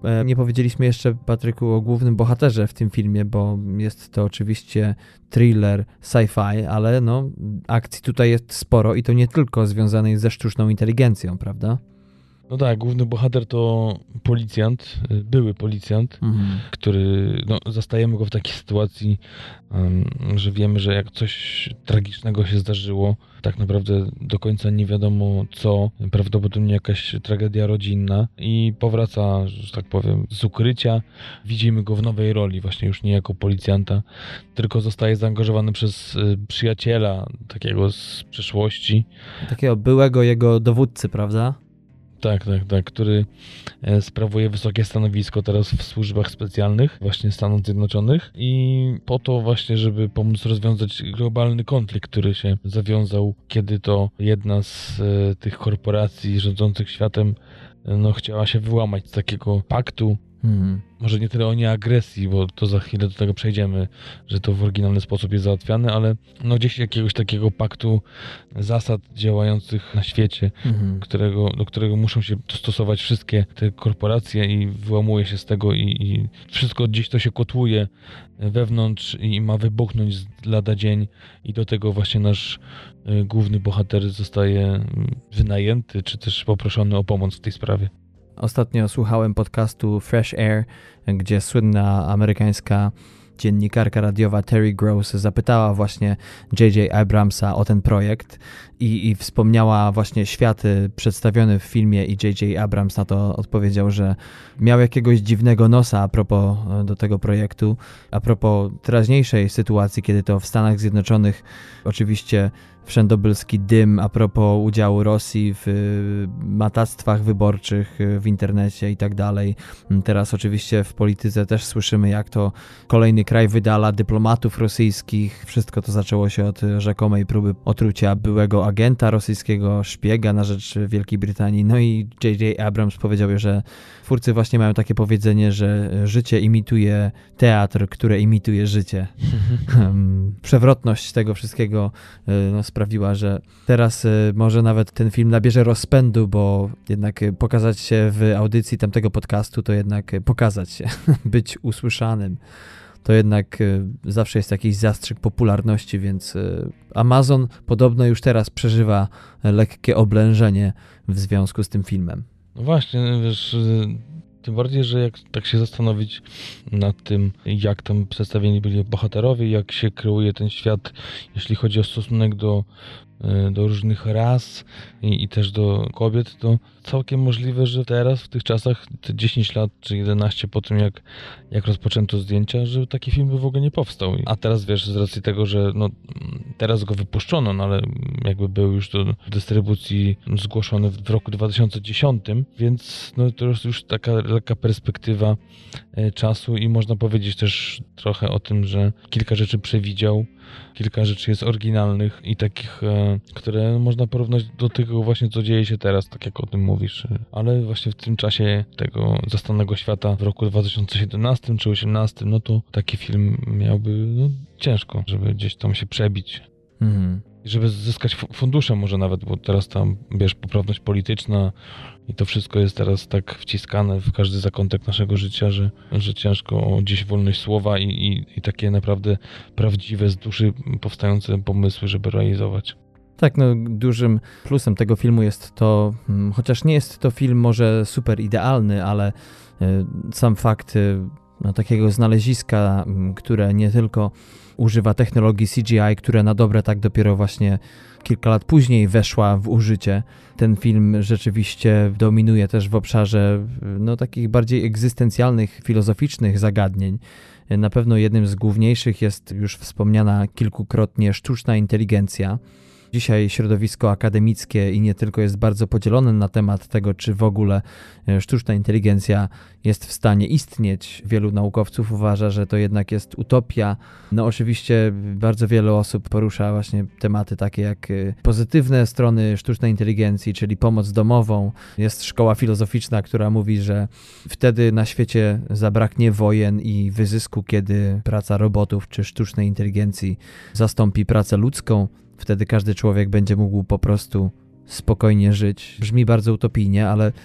B: E, nie powiedzieliśmy jeszcze, Patryku, o głównym bohaterze w tym filmie, bo jest to oczywiście thriller sci-fi, ale no, akcji tutaj jest sporo i to nie tylko związanej ze sztuczną inteligencją, prawda?
A: No tak, główny bohater to policjant, były policjant, mhm. który, no, zastajemy go w takiej sytuacji, um, że wiemy, że jak coś tragicznego się zdarzyło, tak naprawdę do końca nie wiadomo co, prawdopodobnie jakaś tragedia rodzinna i powraca, że tak powiem, z ukrycia. Widzimy go w nowej roli, właśnie już nie jako policjanta, tylko zostaje zaangażowany przez y, przyjaciela takiego z przeszłości.
B: Takiego byłego jego dowódcy, prawda?
A: Tak, tak, tak, który sprawuje wysokie stanowisko teraz w służbach specjalnych właśnie Stanów Zjednoczonych i po to właśnie, żeby pomóc rozwiązać globalny konflikt, który się zawiązał, kiedy to jedna z e, tych korporacji rządzących światem no, chciała się wyłamać z takiego paktu. Hmm. Może nie tyle o nieagresji, bo to za chwilę do tego przejdziemy, że to w oryginalny sposób jest załatwiane, ale no gdzieś jakiegoś takiego paktu zasad działających na świecie, hmm. którego, do którego muszą się dostosować wszystkie te korporacje i wyłamuje się z tego i, i wszystko gdzieś to się kotłuje wewnątrz i ma wybuchnąć lada dzień i do tego właśnie nasz y, główny bohater zostaje wynajęty, czy też poproszony o pomoc w tej sprawie.
B: Ostatnio słuchałem podcastu Fresh Air, gdzie słynna amerykańska dziennikarka radiowa Terry Gross zapytała właśnie J J Abramsa o ten projekt i, i wspomniała właśnie świat przedstawiony w filmie i J J Abrams na to odpowiedział, że miał jakiegoś dziwnego nosa a propos do tego projektu, a propos teraźniejszej sytuacji, kiedy to w Stanach Zjednoczonych oczywiście wszędobylski dym a propos udziału Rosji w matactwach wyborczych w internecie i tak dalej. Teraz oczywiście w polityce też słyszymy, jak to kolejny kraj wydala dyplomatów rosyjskich. Wszystko to zaczęło się od rzekomej próby otrucia byłego agenta rosyjskiego, szpiega na rzecz Wielkiej Brytanii. No i J J Abrams powiedział, że twórcy właśnie mają takie powiedzenie, że życie imituje teatr, które imituje życie. Przewrotność tego wszystkiego no, sprawiła, że teraz y, może nawet ten film nabierze rozpędu, bo jednak y, pokazać się w audycji tamtego podcastu, to jednak y, pokazać się, być usłyszanym. To jednak y, zawsze jest jakiś zastrzyk popularności, więc y, Amazon podobno już teraz przeżywa lekkie oblężenie w związku z tym filmem.
A: No właśnie, wiesz... Tym bardziej, że jak tak się zastanowić nad tym, jak tam przedstawieni byli bohaterowie, jak się kreuje ten świat, jeśli chodzi o stosunek do, do różnych ras i, i też do kobiet, to całkiem możliwe, że teraz w tych czasach, te dziesięć lat czy jedenaście po tym, jak, jak rozpoczęto zdjęcia, że taki film by w ogóle nie powstał. A teraz wiesz, z racji tego, że no, teraz go wypuszczono, no ale jakby był już do dystrybucji zgłoszony w, w roku dwa tysiące dziesiątym, więc no, to jest już taka lekka perspektywa e, czasu i można powiedzieć też trochę o tym, że kilka rzeczy przewidział, kilka rzeczy jest oryginalnych i takich, e, które można porównać do tego właśnie, co dzieje się teraz, tak jak o tym mówisz. Ale właśnie w tym czasie tego zastanego świata w roku dwa tysiące siedemnastym czy osiemnastym, no to taki film miałby no, ciężko, żeby gdzieś tam się przebić. Mhm. Żeby zyskać fundusze może nawet, bo teraz tam, wiesz, poprawność polityczna i to wszystko jest teraz tak wciskane w każdy zakątek naszego życia, że, że ciężko o gdzieś wolność słowa i, i, i takie naprawdę prawdziwe, z duszy powstające pomysły, żeby realizować.
B: Tak, no dużym plusem tego filmu jest to, chociaż nie jest to film może super idealny, ale y, sam fakt y, no, takiego znaleziska, y, które nie tylko używa technologii C G I, które na dobre tak dopiero właśnie kilka lat później weszła w użycie. Ten film rzeczywiście dominuje też w obszarze no, takich bardziej egzystencjalnych, filozoficznych zagadnień. Na pewno jednym z główniejszych jest już wspomniana kilkukrotnie sztuczna inteligencja. Dzisiaj środowisko akademickie i nie tylko jest bardzo podzielone na temat tego, czy w ogóle sztuczna inteligencja jest w stanie istnieć. Wielu naukowców uważa, że to jednak jest utopia. No oczywiście bardzo wiele osób porusza właśnie tematy takie jak pozytywne strony sztucznej inteligencji, czyli pomoc domową. Jest szkoła filozoficzna, która mówi, że wtedy na świecie zabraknie wojen i wyzysku, kiedy praca robotów czy sztucznej inteligencji zastąpi pracę ludzką. Wtedy każdy człowiek będzie mógł po prostu spokojnie żyć. Brzmi bardzo utopijnie, ale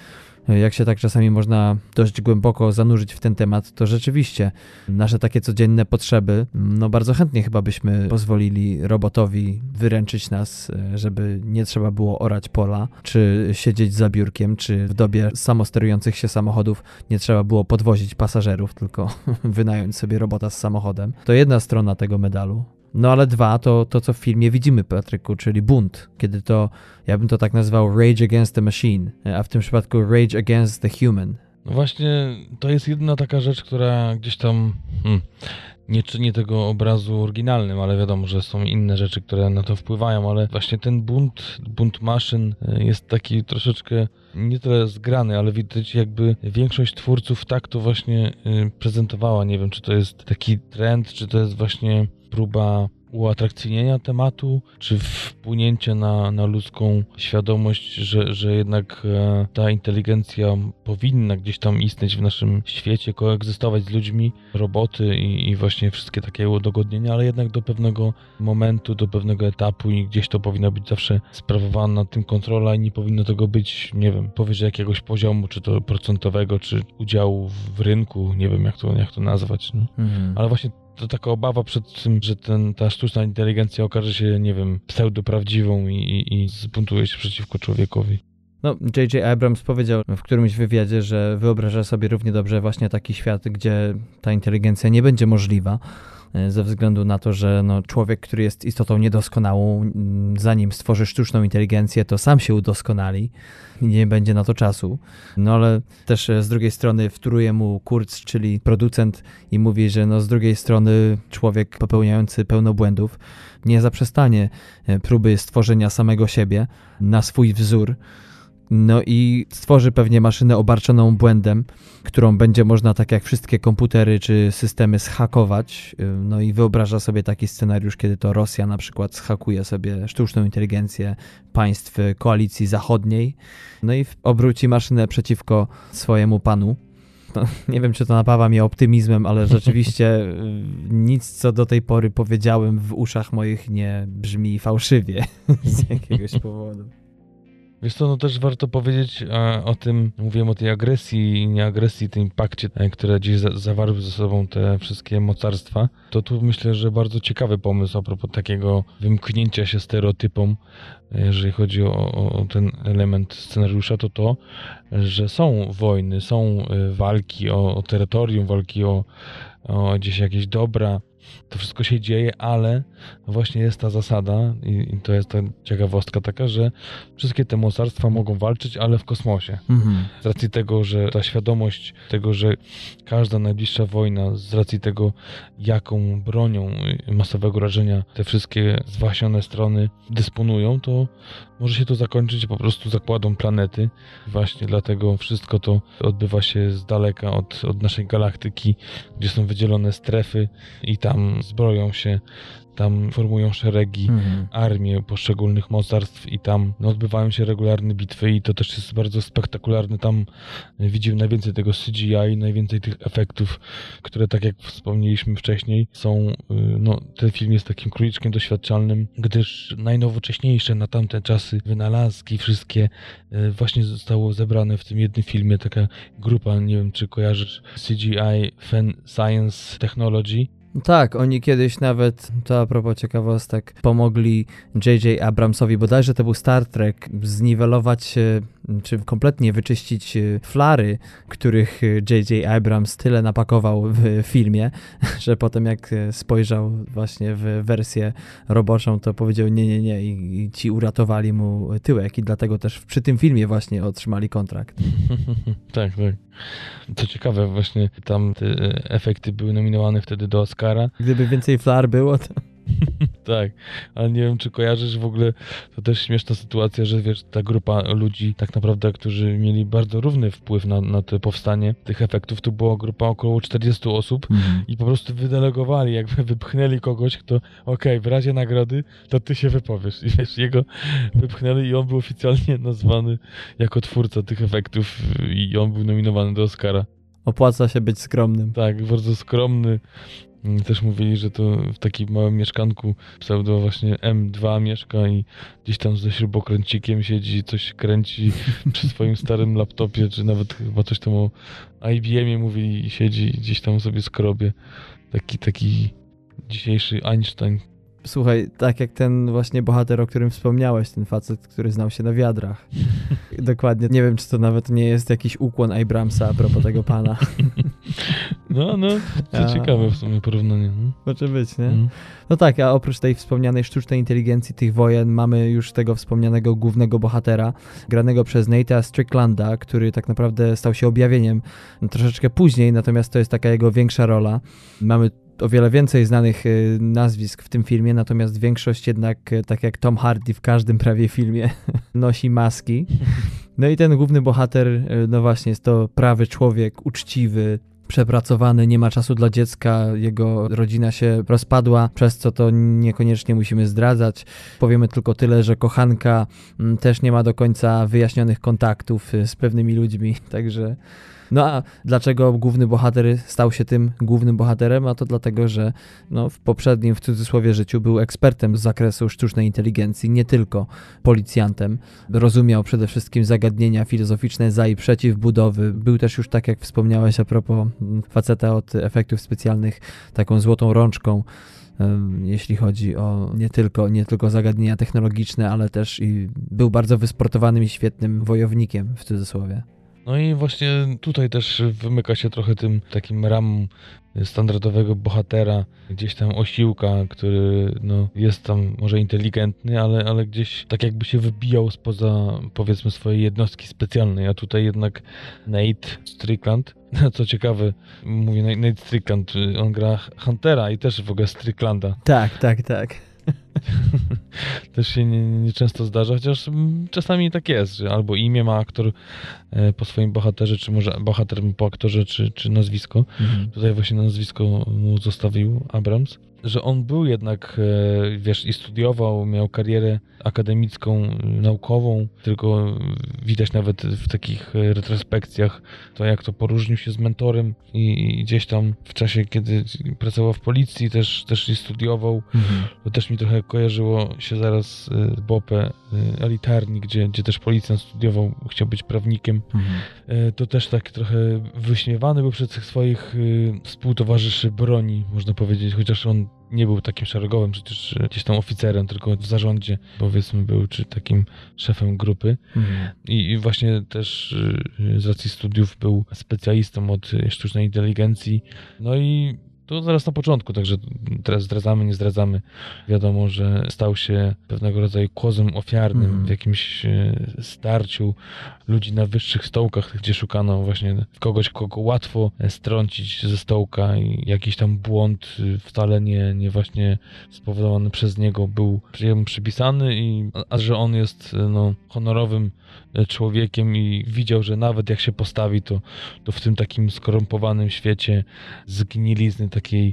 B: jak się tak czasami można dość głęboko zanurzyć w ten temat, to rzeczywiście nasze takie codzienne potrzeby, no bardzo chętnie chyba byśmy pozwolili robotowi wyręczyć nas, żeby nie trzeba było orać pola, czy siedzieć za biurkiem, czy w dobie samosterujących się samochodów nie trzeba było podwozić pasażerów, tylko wynająć sobie robota z samochodem. To jedna strona tego medalu. No ale dwa, to to, co w filmie widzimy, Patryku, czyli bunt, kiedy to, ja bym to tak nazwał rage against the machine, a w tym przypadku rage against the human.
A: No właśnie, to jest jedna taka rzecz, która gdzieś tam hmm, nie czyni tego obrazu oryginalnym, ale wiadomo, że są inne rzeczy, które na to wpływają, ale właśnie ten bunt, bunt maszyn jest taki troszeczkę nie tyle zgrany, ale widać jakby większość twórców tak to właśnie prezentowała. Nie wiem, czy to jest taki trend, czy to jest właśnie próba uatrakcyjnienia tematu, czy wpłynięcie na, na ludzką świadomość, że, że jednak e, ta inteligencja powinna gdzieś tam istnieć w naszym świecie, koegzystować z ludźmi, roboty i, i właśnie wszystkie takie udogodnienia, ale jednak do pewnego momentu, do pewnego etapu i gdzieś to powinno być zawsze sprawowana nad tym kontrola i nie powinno tego być, nie wiem, powyżej jakiegoś poziomu, czy to procentowego, czy udziału w rynku, nie wiem jak to, jak to nazwać, nie? Mhm. Ale właśnie to taka obawa przed tym, że ten, ta sztuczna inteligencja okaże się, nie wiem, pseudoprawdziwą i, i, i zbuntuje się przeciwko człowiekowi.
B: No, J J Abrams powiedział w którymś wywiadzie, że wyobraża sobie równie dobrze właśnie taki świat, gdzie ta inteligencja nie będzie możliwa, ze względu na to, że no, człowiek, który jest istotą niedoskonałą, zanim stworzy sztuczną inteligencję, to sam się udoskonali i nie będzie na to czasu. No ale też z drugiej strony wtóruje mu Kurtz, czyli producent, i mówi, że no, z drugiej strony człowiek popełniający pełno błędów nie zaprzestanie próby stworzenia samego siebie na swój wzór. No i stworzy pewnie maszynę obarczoną błędem, którą będzie można, tak jak wszystkie komputery czy systemy, zhakować. No i wyobraża sobie taki scenariusz, kiedy to Rosja na przykład zhakuje sobie sztuczną inteligencję państw koalicji zachodniej, no i obróci maszynę przeciwko swojemu panu. No, nie wiem, czy to napawa mnie optymizmem, ale rzeczywiście nic, co do tej pory powiedziałem, w uszach moich nie brzmi fałszywie z jakiegoś powodu.
A: Wiesz co, no też warto powiedzieć e, o tym, mówiłem o tej agresji i nieagresji, tym pakcie, e, które dziś za, zawarły ze sobą te wszystkie mocarstwa. To tu myślę, że bardzo ciekawy pomysł a propos takiego wymknięcia się stereotypom, e, jeżeli chodzi o, o ten element scenariusza, to to, że są wojny, są e, walki o, o terytorium, walki o, o gdzieś jakieś dobra. To wszystko się dzieje, ale właśnie jest ta zasada i, i to jest ta ciekawostka taka, że wszystkie te mocarstwa mogą walczyć, ale w kosmosie. Mhm. Z racji tego, że ta świadomość tego, że każda najbliższa wojna, z racji tego, jaką bronią masowego rażenia te wszystkie zwaśnione strony dysponują, to może się to zakończyć po prostu zakładą planety. Właśnie dlatego wszystko to odbywa się z daleka od, od naszej galaktyki, gdzie są wydzielone strefy i tam zbroją się, tam formują szeregi, mhm. armie poszczególnych mocarstw i tam no, odbywają się regularne bitwy i to też jest bardzo spektakularne. Tam widzimy najwięcej tego C G I, najwięcej tych efektów, które tak jak wspomnieliśmy wcześniej są, no ten film jest takim króliczkiem doświadczalnym, gdyż najnowocześniejsze na tamte czasy wynalazki wszystkie właśnie zostało zebrane w tym jednym filmie. Taka grupa, nie wiem czy kojarzysz, C G I Fan Science Technology.
B: Tak, oni kiedyś nawet, to a propos ciekawostek, pomogli J J Abramsowi, bodajże to był Star Trek, zniwelować czy kompletnie wyczyścić flary, których J J Abrams tyle napakował w filmie, że potem jak spojrzał właśnie w wersję roboczą, to powiedział nie, nie, nie i, i ci uratowali mu tyłek i dlatego też przy tym filmie właśnie otrzymali kontrakt.
A: Tak, tak. Co ciekawe, właśnie tam te efekty były nominowane wtedy do Oscara.
B: Gdyby więcej flar było, to...
A: Tak, ale nie wiem, czy kojarzysz w ogóle, to też śmieszna sytuacja, że wiesz, ta grupa ludzi tak naprawdę, którzy mieli bardzo równy wpływ na, na to powstanie tych efektów, to była grupa około czterdziestu osób mm. i po prostu wydelegowali, jakby wypchnęli kogoś, kto okej, okay, w razie nagrody, to ty się wypowiesz. I wiesz, jego wypchnęli i on był oficjalnie nazwany jako twórca tych efektów i on był nominowany do Oscara.
B: Opłaca się być skromnym.
A: Tak, bardzo skromny, Też mówili, że to w takim małym mieszkanku pseudo właśnie M dwa mieszka i gdzieś tam ze śrubokręcikiem siedzi, coś kręci przy swoim starym laptopie, czy nawet chyba coś tam o I B M ie mówili i siedzi gdzieś tam sobie skrobie. Taki, taki dzisiejszy Einstein.
B: Słuchaj, tak jak ten właśnie bohater, o którym wspomniałeś, ten facet, który znał się na wiadrach. Dokładnie. Nie wiem, czy to nawet nie jest jakiś ukłon Abramsa a propos tego pana.
A: No, no, to
B: A...
A: ciekawe w sumie porównanie. Hmm?
B: Może być, nie?
A: Hmm.
B: No tak, a oprócz tej wspomnianej sztucznej inteligencji tych wojen mamy już tego wspomnianego głównego bohatera, granego przez Nate'a Stricklanda, który tak naprawdę stał się objawieniem troszeczkę później, natomiast to jest taka jego większa rola. Mamy o wiele więcej znanych y, nazwisk w tym filmie, natomiast większość jednak, y, tak jak Tom Hardy w każdym prawie filmie, nosi maski. No i ten główny bohater, y, no właśnie, jest to prawy człowiek, uczciwy, przepracowany, nie ma czasu dla dziecka, jego rodzina się rozpadła, przez co to niekoniecznie musimy zdradzać. Powiemy tylko tyle, że kochanka m, też nie ma do końca wyjaśnionych kontaktów y, z pewnymi ludźmi, także... No a dlaczego główny bohater stał się tym głównym bohaterem? A to dlatego, że no, w poprzednim, w cudzysłowie, życiu był ekspertem z zakresu sztucznej inteligencji, nie tylko policjantem. Rozumiał przede wszystkim zagadnienia filozoficzne za i przeciw budowy. Był też już, tak jak wspomniałeś a propos faceta od efektów specjalnych, taką złotą rączką, jeśli chodzi o nie tylko, nie tylko zagadnienia technologiczne, ale też i był bardzo wysportowanym i świetnym wojownikiem, w cudzysłowie.
A: No i właśnie tutaj też wymyka się trochę tym takim ramom standardowego bohatera, gdzieś tam osiłka, który no, jest tam może inteligentny, ale, ale gdzieś tak jakby się wybijał spoza, powiedzmy, swojej jednostki specjalnej, a tutaj jednak Nate Strickland, co ciekawe, mówię Nate Strickland, on gra Huntera i też w ogóle Stricklanda.
B: Tak, tak, tak.
A: Też się nie, nie często zdarza, chociaż czasami tak jest, że albo imię ma aktor po swoim bohaterze, czy może bohater po aktorze, czy, czy nazwisko. Mhm. Tutaj właśnie nazwisko mu zostawił Abrams. Że on był jednak, wiesz, i studiował, miał karierę akademicką, naukową, tylko widać nawet w takich retrospekcjach to, jak to poróżnił się z mentorem i gdzieś tam w czasie, kiedy pracował w policji, też, też i studiował. Mhm. To też mi trochę kojarzyło się zaraz z Bopę Elitarni, gdzie, gdzie też policjant studiował, chciał być prawnikiem. Mhm. To też tak trochę wyśmiewany był przez tych swoich współtowarzyszy broni, można powiedzieć, chociaż on nie był takim szeregowym, przecież gdzieś tam oficerem, tylko w zarządzie, powiedzmy, był, czy takim szefem grupy. Mhm. I, I właśnie też z racji studiów był specjalistą od sztucznej inteligencji. No i to zaraz na początku, także teraz zdradzamy, nie zdradzamy. Wiadomo, że stał się pewnego rodzaju kozłem ofiarnym mm. w jakimś starciu ludzi na wyższych stołkach, gdzie szukano właśnie kogoś, kogo łatwo strącić ze stołka i jakiś tam błąd wcale nie, nie właśnie spowodowany przez niego był przypisany, i, a że on jest no, honorowym człowiekiem i widział, że nawet jak się postawi, to, to w tym takim skorumpowanym świecie zgnilizny takiej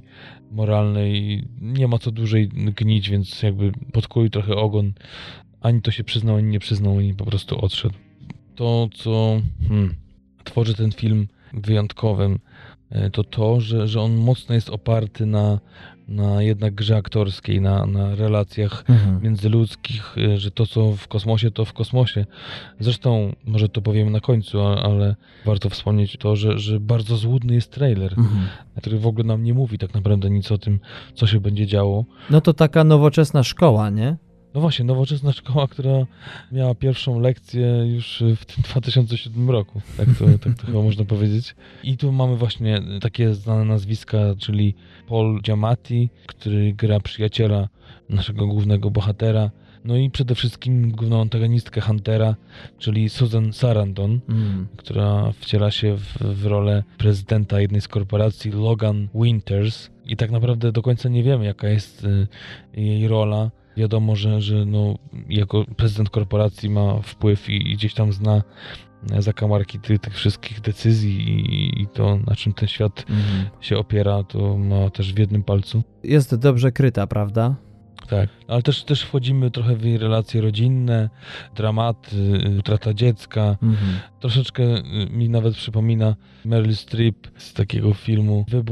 A: moralnej nie ma co dłużej gnić, więc jakby podkulił trochę ogon. Ani to się przyznał, ani nie przyznał, ani po prostu odszedł. To, co hmm, tworzy ten film wyjątkowym, to to, że, że on mocno jest oparty na, na jednak grze aktorskiej, na, na relacjach mhm. międzyludzkich, że to, co w kosmosie, to w kosmosie. Zresztą, może to powiemy na końcu, ale warto wspomnieć to, że, że bardzo złudny jest trailer, mhm. który w ogóle nam nie mówi tak naprawdę nic o tym, co się będzie działo.
B: No to taka nowoczesna szkoła, nie?
A: No właśnie, nowoczesna szkoła, która miała pierwszą lekcję już w tym dwa tysiące siódmym roku, tak to, tak to chyba można powiedzieć. I tu mamy właśnie takie znane nazwiska, czyli Paul Giamatti, który gra przyjaciela naszego głównego bohatera, no i przede wszystkim główną antagonistkę Huntera, czyli Susan Sarandon, mm. która wciela się w, w rolę prezydenta jednej z korporacji, Logan Winters. I tak naprawdę do końca nie wiemy, jaka jest y, jej rola. Wiadomo, że, że no, jako prezydent korporacji ma wpływ i, i gdzieś tam zna zakamarki tych, tych wszystkich decyzji i, i to, na czym ten świat mm. się opiera, to ma też w jednym palcu.
B: Jest dobrze kryta, prawda?
A: Tak, ale też, też wchodzimy trochę w jej relacje rodzinne, dramaty, utrata dziecka. Mm-hmm. Troszeczkę mi nawet przypomina Meryl Streep z takiego filmu Wybór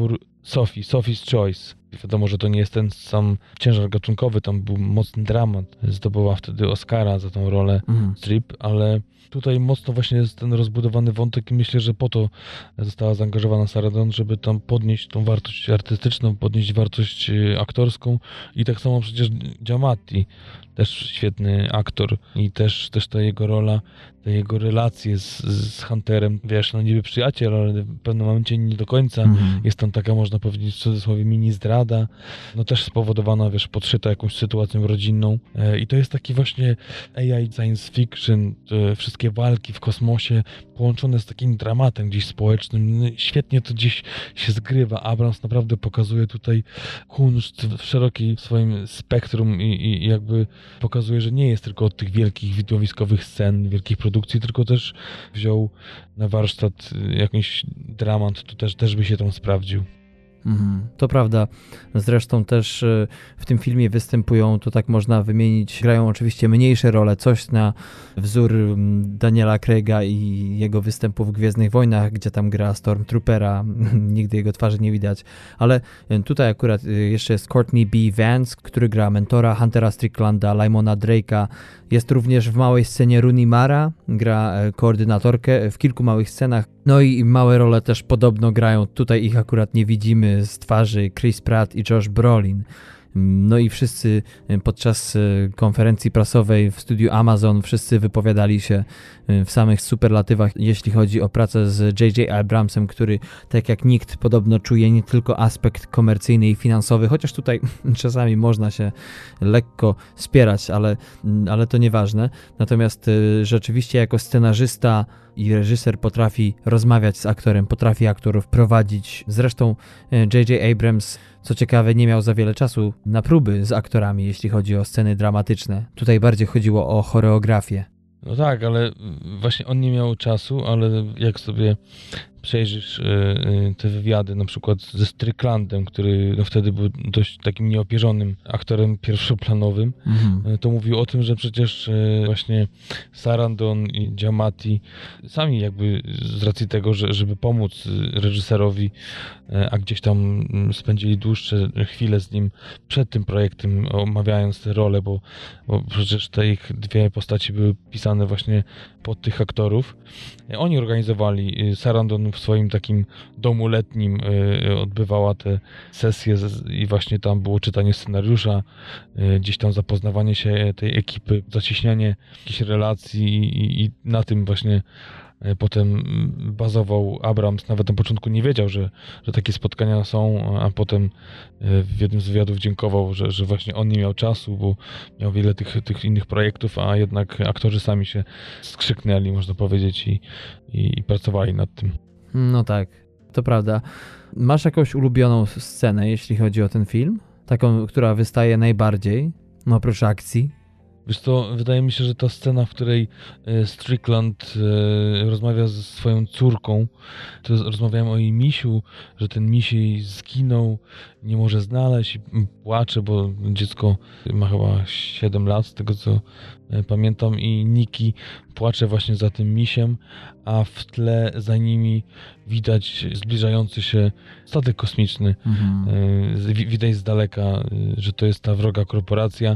A: Sophie, Sophie's Choice. Wiadomo, że to nie jest ten sam ciężar gatunkowy, tam był mocny dramat. Zdobyła wtedy Oscara za tą rolę
B: Mhm.
A: Streep, ale tutaj mocno właśnie jest ten rozbudowany wątek i myślę, że po to została zaangażowana Sarandon, żeby tam podnieść tą wartość artystyczną, podnieść wartość y, aktorską i tak samo przecież Giamatti, też świetny aktor i też, też ta jego rola, te jego relacje z, z Hunterem, wiesz, no niby przyjaciel, ale w pewnym momencie nie do końca.
B: Mhm.
A: Jest tam taka, można powiedzieć w cudzysłowie, mini zdrada, no też spowodowana, wiesz, podszyta jakąś sytuacją rodzinną e, i to jest taki właśnie A I science fiction, te wszystkie walki w kosmosie połączone z takim dramatem gdzieś społecznym, no, świetnie to gdzieś się zgrywa. Abrams naprawdę pokazuje tutaj kunszt w szerokim swoim spektrum i, i jakby pokazuje, że nie jest tylko od tych wielkich widowiskowych scen, wielkich produkcji, tylko też wziął na warsztat jakiś dramat, to też, też by się tam sprawdził.
B: Mhm, to prawda. Zresztą też y, w tym filmie występują, to tak można wymienić, grają oczywiście mniejsze role, coś na wzór mm, Daniela Craiga i jego występu w Gwiezdnych Wojnach, gdzie tam gra Stormtroopera, nigdy jego twarzy nie widać, ale y, tutaj akurat y, jeszcze jest Courtney B. Vance, który gra mentora Huntera Stricklanda, Lymona Drake'a, jest również w małej scenie Rooney Mara, gra y, koordynatorkę w kilku małych scenach, no i małe role też podobno grają, tutaj ich akurat nie widzimy z twarzy, Chris Pratt i Josh Brolin. No i wszyscy podczas konferencji prasowej w studiu Amazon wszyscy wypowiadali się w samych superlatywach, jeśli chodzi o pracę z J J Abramsem, który tak jak nikt podobno czuje nie tylko aspekt komercyjny i finansowy, chociaż tutaj czasami można się lekko spierać, ale, ale to nieważne. Natomiast rzeczywiście jako scenarzysta i reżyser potrafi rozmawiać z aktorem, potrafi aktorów prowadzić. Zresztą J J Abrams, co ciekawe, nie miał za wiele czasu na próby z aktorami, jeśli chodzi o sceny dramatyczne. Tutaj bardziej chodziło o choreografię.
A: No tak, ale właśnie on nie miał czasu, ale jak sobie przejrzysz y, y, te wywiady, na przykład ze Stricklandem, który no, wtedy był dość takim nieopierzonym aktorem pierwszoplanowym,
B: Mhm.
A: y, to mówił o tym, że przecież y, właśnie Sarandon i Giamatti sami jakby z racji tego, że, żeby pomóc reżyserowi, y, a gdzieś tam spędzili dłuższe chwile z nim przed tym projektem, omawiając te role, bo, bo przecież te ich dwie postaci były pisane właśnie pod tych aktorów. Oni organizowali, Sarandon w swoim takim domu letnim y, odbywała te sesje z, i właśnie tam było czytanie scenariusza, y, gdzieś tam zapoznawanie się tej ekipy, zacieśnianie jakichś relacji i, i na tym właśnie y, potem bazował Abrams. Nawet na początku nie wiedział, że, że takie spotkania są, a potem y, w jednym z wywiadów dziękował, że, że właśnie on nie miał czasu, bo miał wiele tych, tych innych projektów, a jednak aktorzy sami się skrzyknęli, można powiedzieć, i, i, i pracowali nad tym.
B: No tak, to prawda. Masz jakąś ulubioną scenę, jeśli chodzi o ten film? Taką, która wystaje najbardziej, no oprócz akcji?
A: Wiesz co, wydaje mi się, że ta scena, w której Strickland rozmawia ze swoją córką, to rozmawiałem o jej misiu, że ten miś jej zginął, nie może znaleźć i płacze, bo dziecko ma chyba siedem lat, z tego co pamiętam, i Nikki płacze właśnie za tym misiem, a w tle za nimi widać zbliżający się statek kosmiczny. Mhm. Widać z daleka, że to jest ta wroga korporacja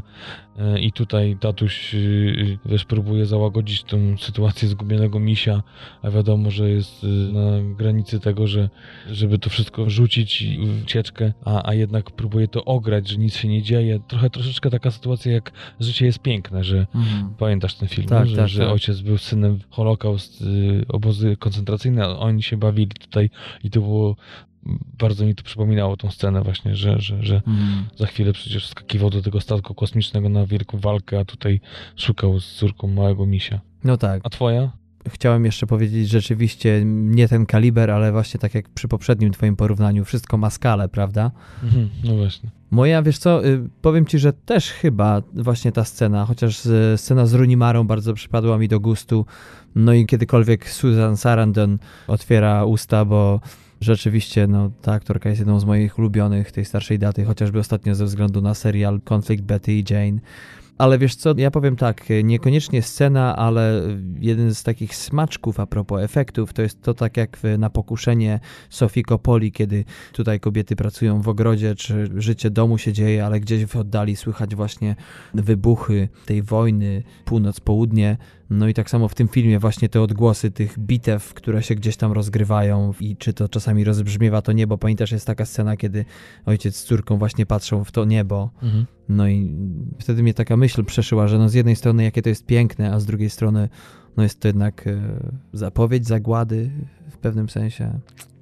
A: i tutaj tatuś, wiesz, próbuje załagodzić tą sytuację zgubionego misia, a wiadomo, że jest na granicy tego, że żeby to wszystko rzucić w ucieczkę, a, a jednak próbuje to ograć, że nic się nie dzieje. Trochę troszeczkę taka sytuacja jak Życie jest piękne, że mhm. pamiętasz ten film,
B: tak,
A: że,
B: tak,
A: że
B: tak.
A: ojciec był synem Holokaust, y, obozy koncentracyjne, a oni się bawili tutaj i to było, bardzo mi to przypominało tą scenę właśnie, że, że, że mhm. za chwilę przecież skakiwał do tego statku kosmicznego na wielką walkę, a tutaj szukał z córką małego misia.
B: No tak.
A: A twoja?
B: Chciałem jeszcze powiedzieć, rzeczywiście nie ten kaliber, ale właśnie tak jak przy poprzednim twoim porównaniu, wszystko ma skalę, prawda?
A: Mhm, no właśnie.
B: Moja, wiesz co, powiem ci, że też chyba właśnie ta scena, chociaż scena z Rooney Marą bardzo przypadła mi do gustu, no i kiedykolwiek Susan Sarandon otwiera usta, bo rzeczywiście no, ta aktorka jest jedną z moich ulubionych tej starszej daty, chociażby ostatnio ze względu na serial Konflikt Betty i Jane. Ale wiesz co, ja powiem tak, niekoniecznie scena, ale jeden z takich smaczków a propos efektów, to jest to tak jak na Pokuszenie Sofii Coppoli, kiedy tutaj kobiety pracują w ogrodzie, czy życie domu się dzieje, ale gdzieś w oddali słychać właśnie wybuchy tej wojny, północ-południe. No i tak samo w tym filmie właśnie te odgłosy tych bitew, które się gdzieś tam rozgrywają i czy to czasami rozbrzmiewa to niebo. Pamiętasz, jest taka scena, kiedy ojciec z córką właśnie patrzą w to niebo. Mhm. No i wtedy mnie taka myśl przeszyła, że no z jednej strony jakie to jest piękne, a z drugiej strony no jest to jednak e, zapowiedź zagłady w pewnym sensie.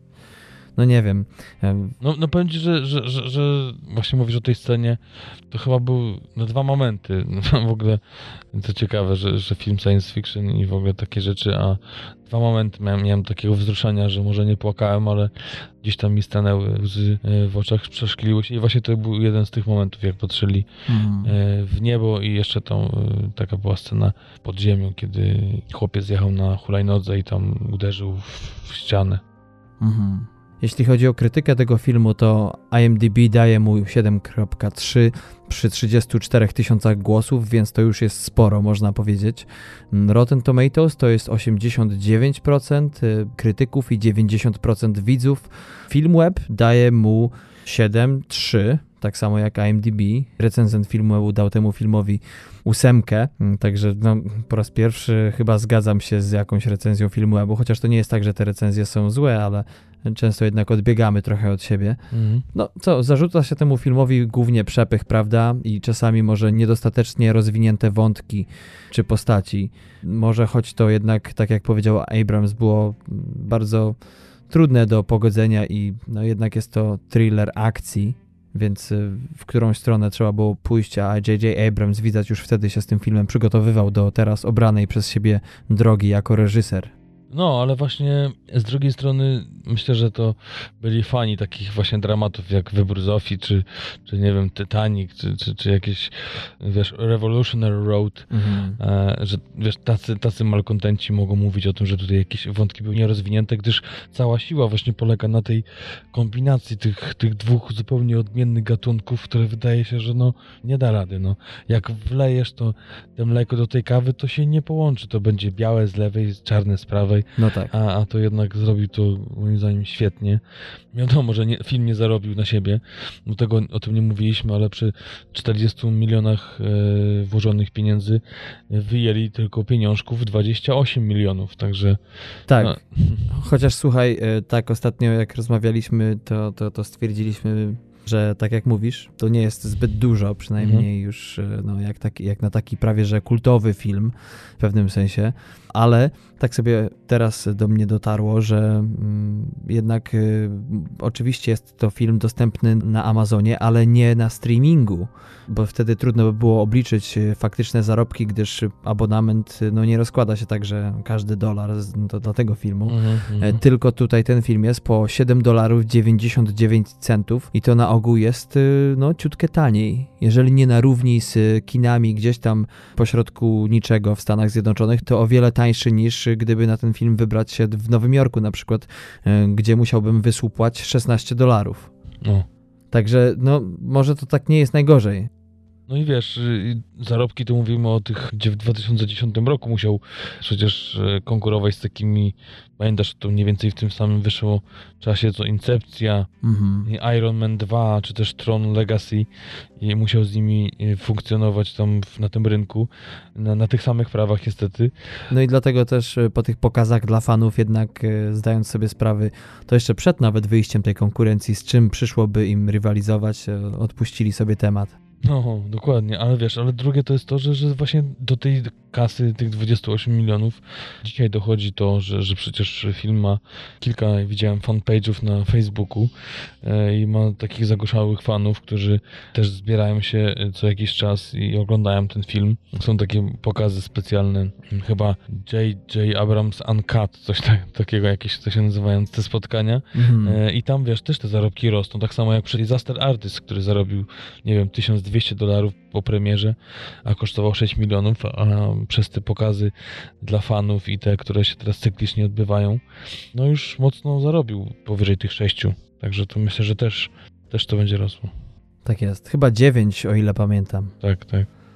B: No nie wiem.
A: No, no powiem ci, że, że, że, że właśnie mówisz o tej scenie, to chyba był na dwa momenty. W ogóle to ciekawe, że, że film science fiction i w ogóle takie rzeczy, a dwa momenty miałem, miałem takiego wzruszenia, że może nie płakałem, ale gdzieś tam mi stanęły łzy w oczach, przeszkliły się i właśnie to był jeden z tych momentów, jak patrzyli mm. w niebo i jeszcze tam taka była scena pod ziemią, kiedy chłopiec jechał na hulajnodze i tam uderzył w, w ścianę.
B: Mhm. Jeśli chodzi o krytykę tego filmu, to I M D B daje mu siedem przecinek trzy przy trzydziestu czterech tysiącach głosów, więc to już jest sporo, można powiedzieć. Rotten Tomatoes to jest osiemdziesiąt dziewięć procent krytyków i dziewięćdziesiąt procent widzów. Filmweb daje mu siedem przecinek trzy, tak samo jak I M D B. Recenzent Filmwebu dał temu filmowi ósemkę, także no, po raz pierwszy chyba zgadzam się z jakąś recenzją Filmwebu, chociaż to nie jest tak, że te recenzje są złe, ale często jednak odbiegamy trochę od siebie. Mhm. No co, zarzuca się temu filmowi głównie przepych, prawda? I czasami może niedostatecznie rozwinięte wątki czy postaci. Może choć to jednak, tak jak powiedział Abrams, było bardzo trudne do pogodzenia i no jednak jest to thriller akcji, więc w którąś stronę trzeba było pójść, a J J Abrams widać już wtedy się z tym filmem przygotowywał do teraz obranej przez siebie drogi jako reżyser.
A: No, ale właśnie z drugiej strony myślę, że to byli fani takich właśnie dramatów jak Wybór Zofii, czy, czy nie wiem, Titanic, czy, czy, czy jakieś, wiesz, Revolutionary Road, mhm. e, że wiesz, tacy, tacy malkontenci mogą mówić o tym, że tutaj jakieś wątki były nierozwinięte, gdyż cała siła właśnie polega na tej kombinacji tych, tych dwóch zupełnie odmiennych gatunków, które wydaje się, że no nie da rady, no. Jak wlejesz to, te mleko do tej kawy, to się nie połączy, to będzie białe z lewej, czarne z prawej.
B: No tak.
A: A, a to jednak zrobił to moim zdaniem świetnie. Wiadomo, że nie, film nie zarobił na siebie, bo tego, o tym nie mówiliśmy, ale przy czterdziestu milionach e, włożonych pieniędzy e, wyjęli tylko pieniążków dwadzieścia osiem milionów, także...
B: Tak, no. Chociaż słuchaj, e, tak ostatnio jak rozmawialiśmy, to, to, to stwierdziliśmy, że tak jak mówisz, to nie jest zbyt dużo, przynajmniej mhm. już no, jak, taki, jak na taki prawie że kultowy film w pewnym sensie, ale tak sobie teraz do mnie dotarło, że mm, jednak y, oczywiście jest to film dostępny na Amazonie, ale nie na streamingu, bo wtedy trudno by było obliczyć faktyczne zarobki, gdyż abonament no, nie rozkłada się tak, że każdy dolar to dla tego filmu, mhm, tylko tutaj ten film jest po siedem dolarów dziewięćdziesiąt dziewięć centów i to na ogół jest no ciutkę taniej, jeżeli nie na równi z kinami gdzieś tam pośrodku niczego w Stanach Zjednoczonych, to o wiele tańszy niż gdyby na ten film wybrać się w Nowym Jorku na przykład, gdzie musiałbym wysłupłać szesnaście dolarów. No. Także no może to tak nie jest najgorzej.
A: No i wiesz, zarobki to mówimy o tych, gdzie w dwa tysiące dziesiątym roku musiał przecież konkurować z takimi, pamiętasz, to mniej więcej w tym samym wyszło czasie co Incepcja, mm-hmm. Iron Man dwa, czy też Tron Legacy i musiał z nimi funkcjonować tam na tym rynku, na, na tych samych prawach niestety.
B: No i dlatego też po tych pokazach dla fanów jednak zdając sobie sprawy, to jeszcze przed nawet wyjściem tej konkurencji, z czym przyszłoby im rywalizować, odpuścili sobie temat.
A: No, dokładnie, ale wiesz, ale drugie to jest to, że, że właśnie do tej kasy, tych dwudziestu ośmiu milionów, dzisiaj dochodzi to, że, że przecież film ma kilka, widziałem fanpage'ów na Facebooku e, i ma takich zagorzałych fanów, którzy też zbierają się co jakiś czas i oglądają ten film. Są takie pokazy specjalne, chyba J J Abrams Uncut, coś tak, takiego jakieś, co się nazywają te spotkania mhm. e, i tam, wiesz, też te zarobki rosną, tak samo jak przy Disaster Artist, który zarobił, nie wiem, tysiąc dwieście dolarów po premierze, a kosztował sześć milionów, a przez te pokazy dla fanów i te, które się teraz cyklicznie odbywają, no już mocno zarobił powyżej tych sześciu. Także to myślę, że też, też to będzie rosło.
B: Tak jest. Chyba dziewięć, o ile pamiętam.
A: Tak, tak.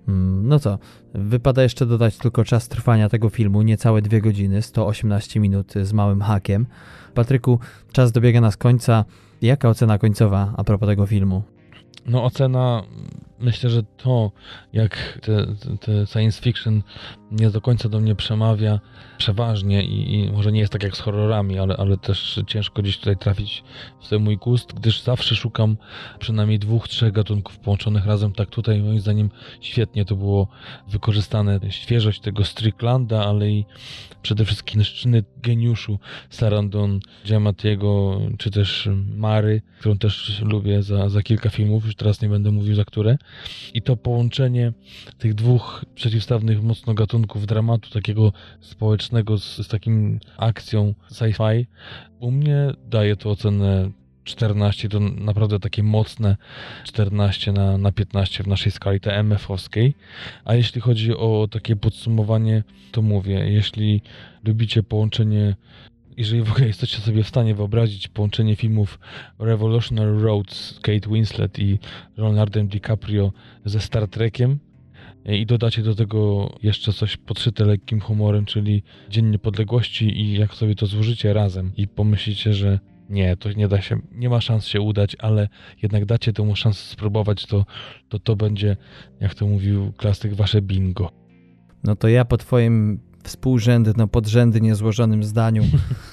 B: No co, wypada jeszcze dodać tylko czas trwania tego filmu, niecałe dwie godziny, sto osiemnaście minut z małym hakiem. Patryku, czas dobiega nas końca. Jaka ocena końcowa a propos tego filmu?
A: No ocena, myślę, że to, jak te, te science fiction nie do końca do mnie przemawia przeważnie i, i może nie jest tak jak z horrorami, ale, ale też ciężko gdzieś tutaj trafić w ten mój gust, gdyż zawsze szukam przynajmniej dwóch, trzech gatunków połączonych razem. Tak tutaj moim zdaniem świetnie to było wykorzystane. Świeżość tego Stricklanda, ale i przede wszystkim szczyny geniuszu Sarandon, Giamattiego, czy też Mary, którą też lubię za, za kilka filmów, już teraz nie będę mówił za które. I to połączenie tych dwóch przeciwstawnych mocno gatunków dramatu, takiego społecznego z, z takim akcją sci-fi, u mnie daje to ocenę czternaście, to naprawdę takie mocne czternaście na, na piętnaście w naszej skali, tej em efe-owskiej. A jeśli chodzi o takie podsumowanie, to mówię, jeśli lubicie połączenie, jeżeli w ogóle jesteście sobie w stanie wyobrazić połączenie filmów Revolutionary Road z Kate Winslet i Leonardem DiCaprio ze Star Trekiem i dodacie do tego jeszcze coś podszyte lekkim humorem, czyli Dzień Niepodległości, i jak sobie to złożycie razem i pomyślicie, że nie, to nie da się, nie ma szans się udać, ale jednak dacie temu szansę spróbować, to to, to będzie, jak to mówił klasyk, wasze bingo.
B: No to ja po twoim współrzędno podrzędnie złożonym zdaniu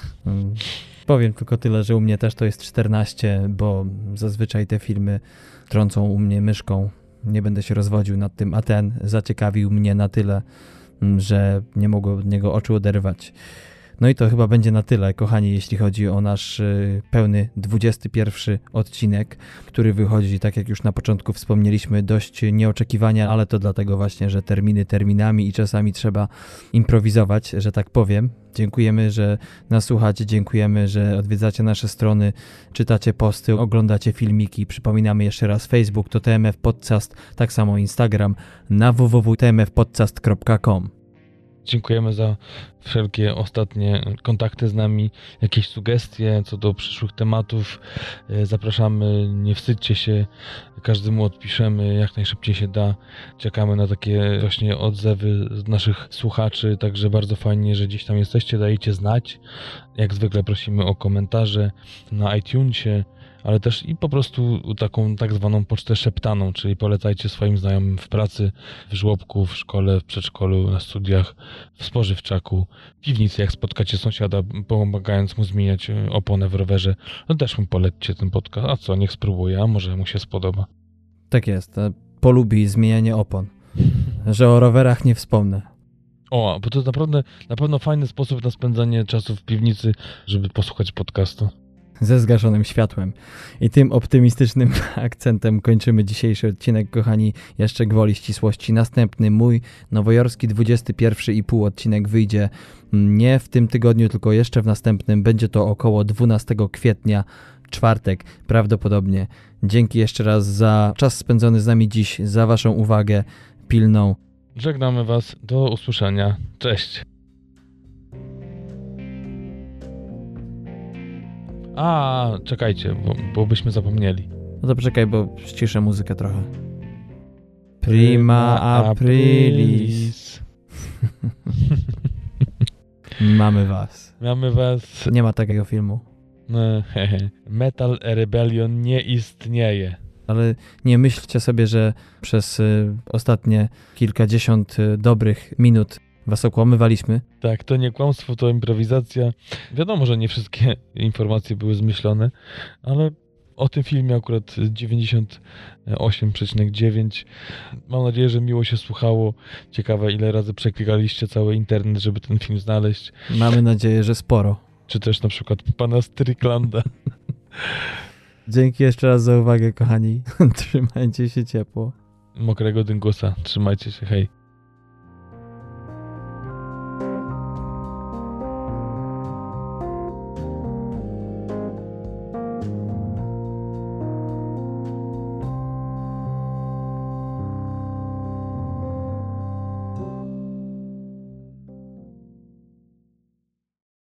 B: powiem tylko tyle, że u mnie też to jest czternaście, bo zazwyczaj te filmy trącą u mnie myszką. Nie będę się rozwodził nad tym, a ten zaciekawił mnie na tyle, że nie mogło od niego oczu oderwać. No i to chyba będzie na tyle, kochani, jeśli chodzi o nasz y, pełny dwudziesty pierwszy odcinek, który wychodzi, tak jak już na początku wspomnieliśmy, dość nieoczekiwanie, ale to dlatego właśnie, że terminy terminami i czasami trzeba improwizować, że tak powiem. Dziękujemy, że nas słuchacie, dziękujemy, że odwiedzacie nasze strony, czytacie posty, oglądacie filmiki. Przypominamy jeszcze raz, Facebook to T M F Podcast, tak samo Instagram na w w w kropka t m f podcast kropka com.
A: Dziękujemy za wszelkie ostatnie kontakty z nami, jakieś sugestie co do przyszłych tematów. Zapraszamy, nie wstydźcie się, każdemu odpiszemy jak najszybciej się da. Czekamy na takie właśnie odzewy z naszych słuchaczy, także bardzo fajnie, że gdzieś tam jesteście, dajecie znać. Jak zwykle prosimy o komentarze na iTunesie, ale też i po prostu taką tak zwaną pocztę szeptaną, czyli polecajcie swoim znajomym w pracy, w żłobku, w szkole, w przedszkolu, na studiach, w spożywczaku, w piwnicy, jak spotkacie sąsiada, pomagając mu zmieniać oponę w rowerze, no też mu polećcie ten podcast, a co, niech spróbuje, a może mu się spodoba.
B: Tak jest, polubi zmienianie opon, że o rowerach nie wspomnę.
A: O, bo to naprawdę na pewno fajny sposób na spędzanie czasu w piwnicy, żeby posłuchać podcastu.
B: Ze zgaszonym światłem. I tym optymistycznym akcentem kończymy dzisiejszy odcinek, kochani. Jeszcze gwoli ścisłości. Następny, mój nowojorski dwudziesty pierwszy i pół odcinek wyjdzie nie w tym tygodniu, tylko jeszcze w następnym. Będzie to około dwunastego kwietnia, czwartek prawdopodobnie. Dzięki jeszcze raz za czas spędzony z nami dziś, za waszą uwagę pilną.
A: Żegnamy was. Do usłyszenia. Cześć. A, czekajcie, bo, bo byśmy zapomnieli.
B: No to poczekaj, bo ściszę muzykę trochę. Prima aprilis. Mamy was.
A: Mamy was.
B: Nie ma takiego filmu.
A: Metal Rebellion nie istnieje.
B: Ale nie myślcie sobie, że przez y, ostatnie kilkadziesiąt y, dobrych minut was okłamywaliśmy.
A: Tak, to nie kłamstwo, to improwizacja. Wiadomo, że nie wszystkie informacje były zmyślone, ale o tym filmie akurat dziewięćdziesiąt osiem przecinek dziewięć. Mam nadzieję, że miło się słuchało. Ciekawe, ile razy przeklikaliście cały internet, żeby ten film znaleźć.
B: Mamy nadzieję, że sporo.
A: Czy też na przykład pana Stricklanda.
B: Dzięki jeszcze raz za uwagę, kochani. Trzymajcie się ciepło.
A: Mokrego dyngusa. Trzymajcie się, hej.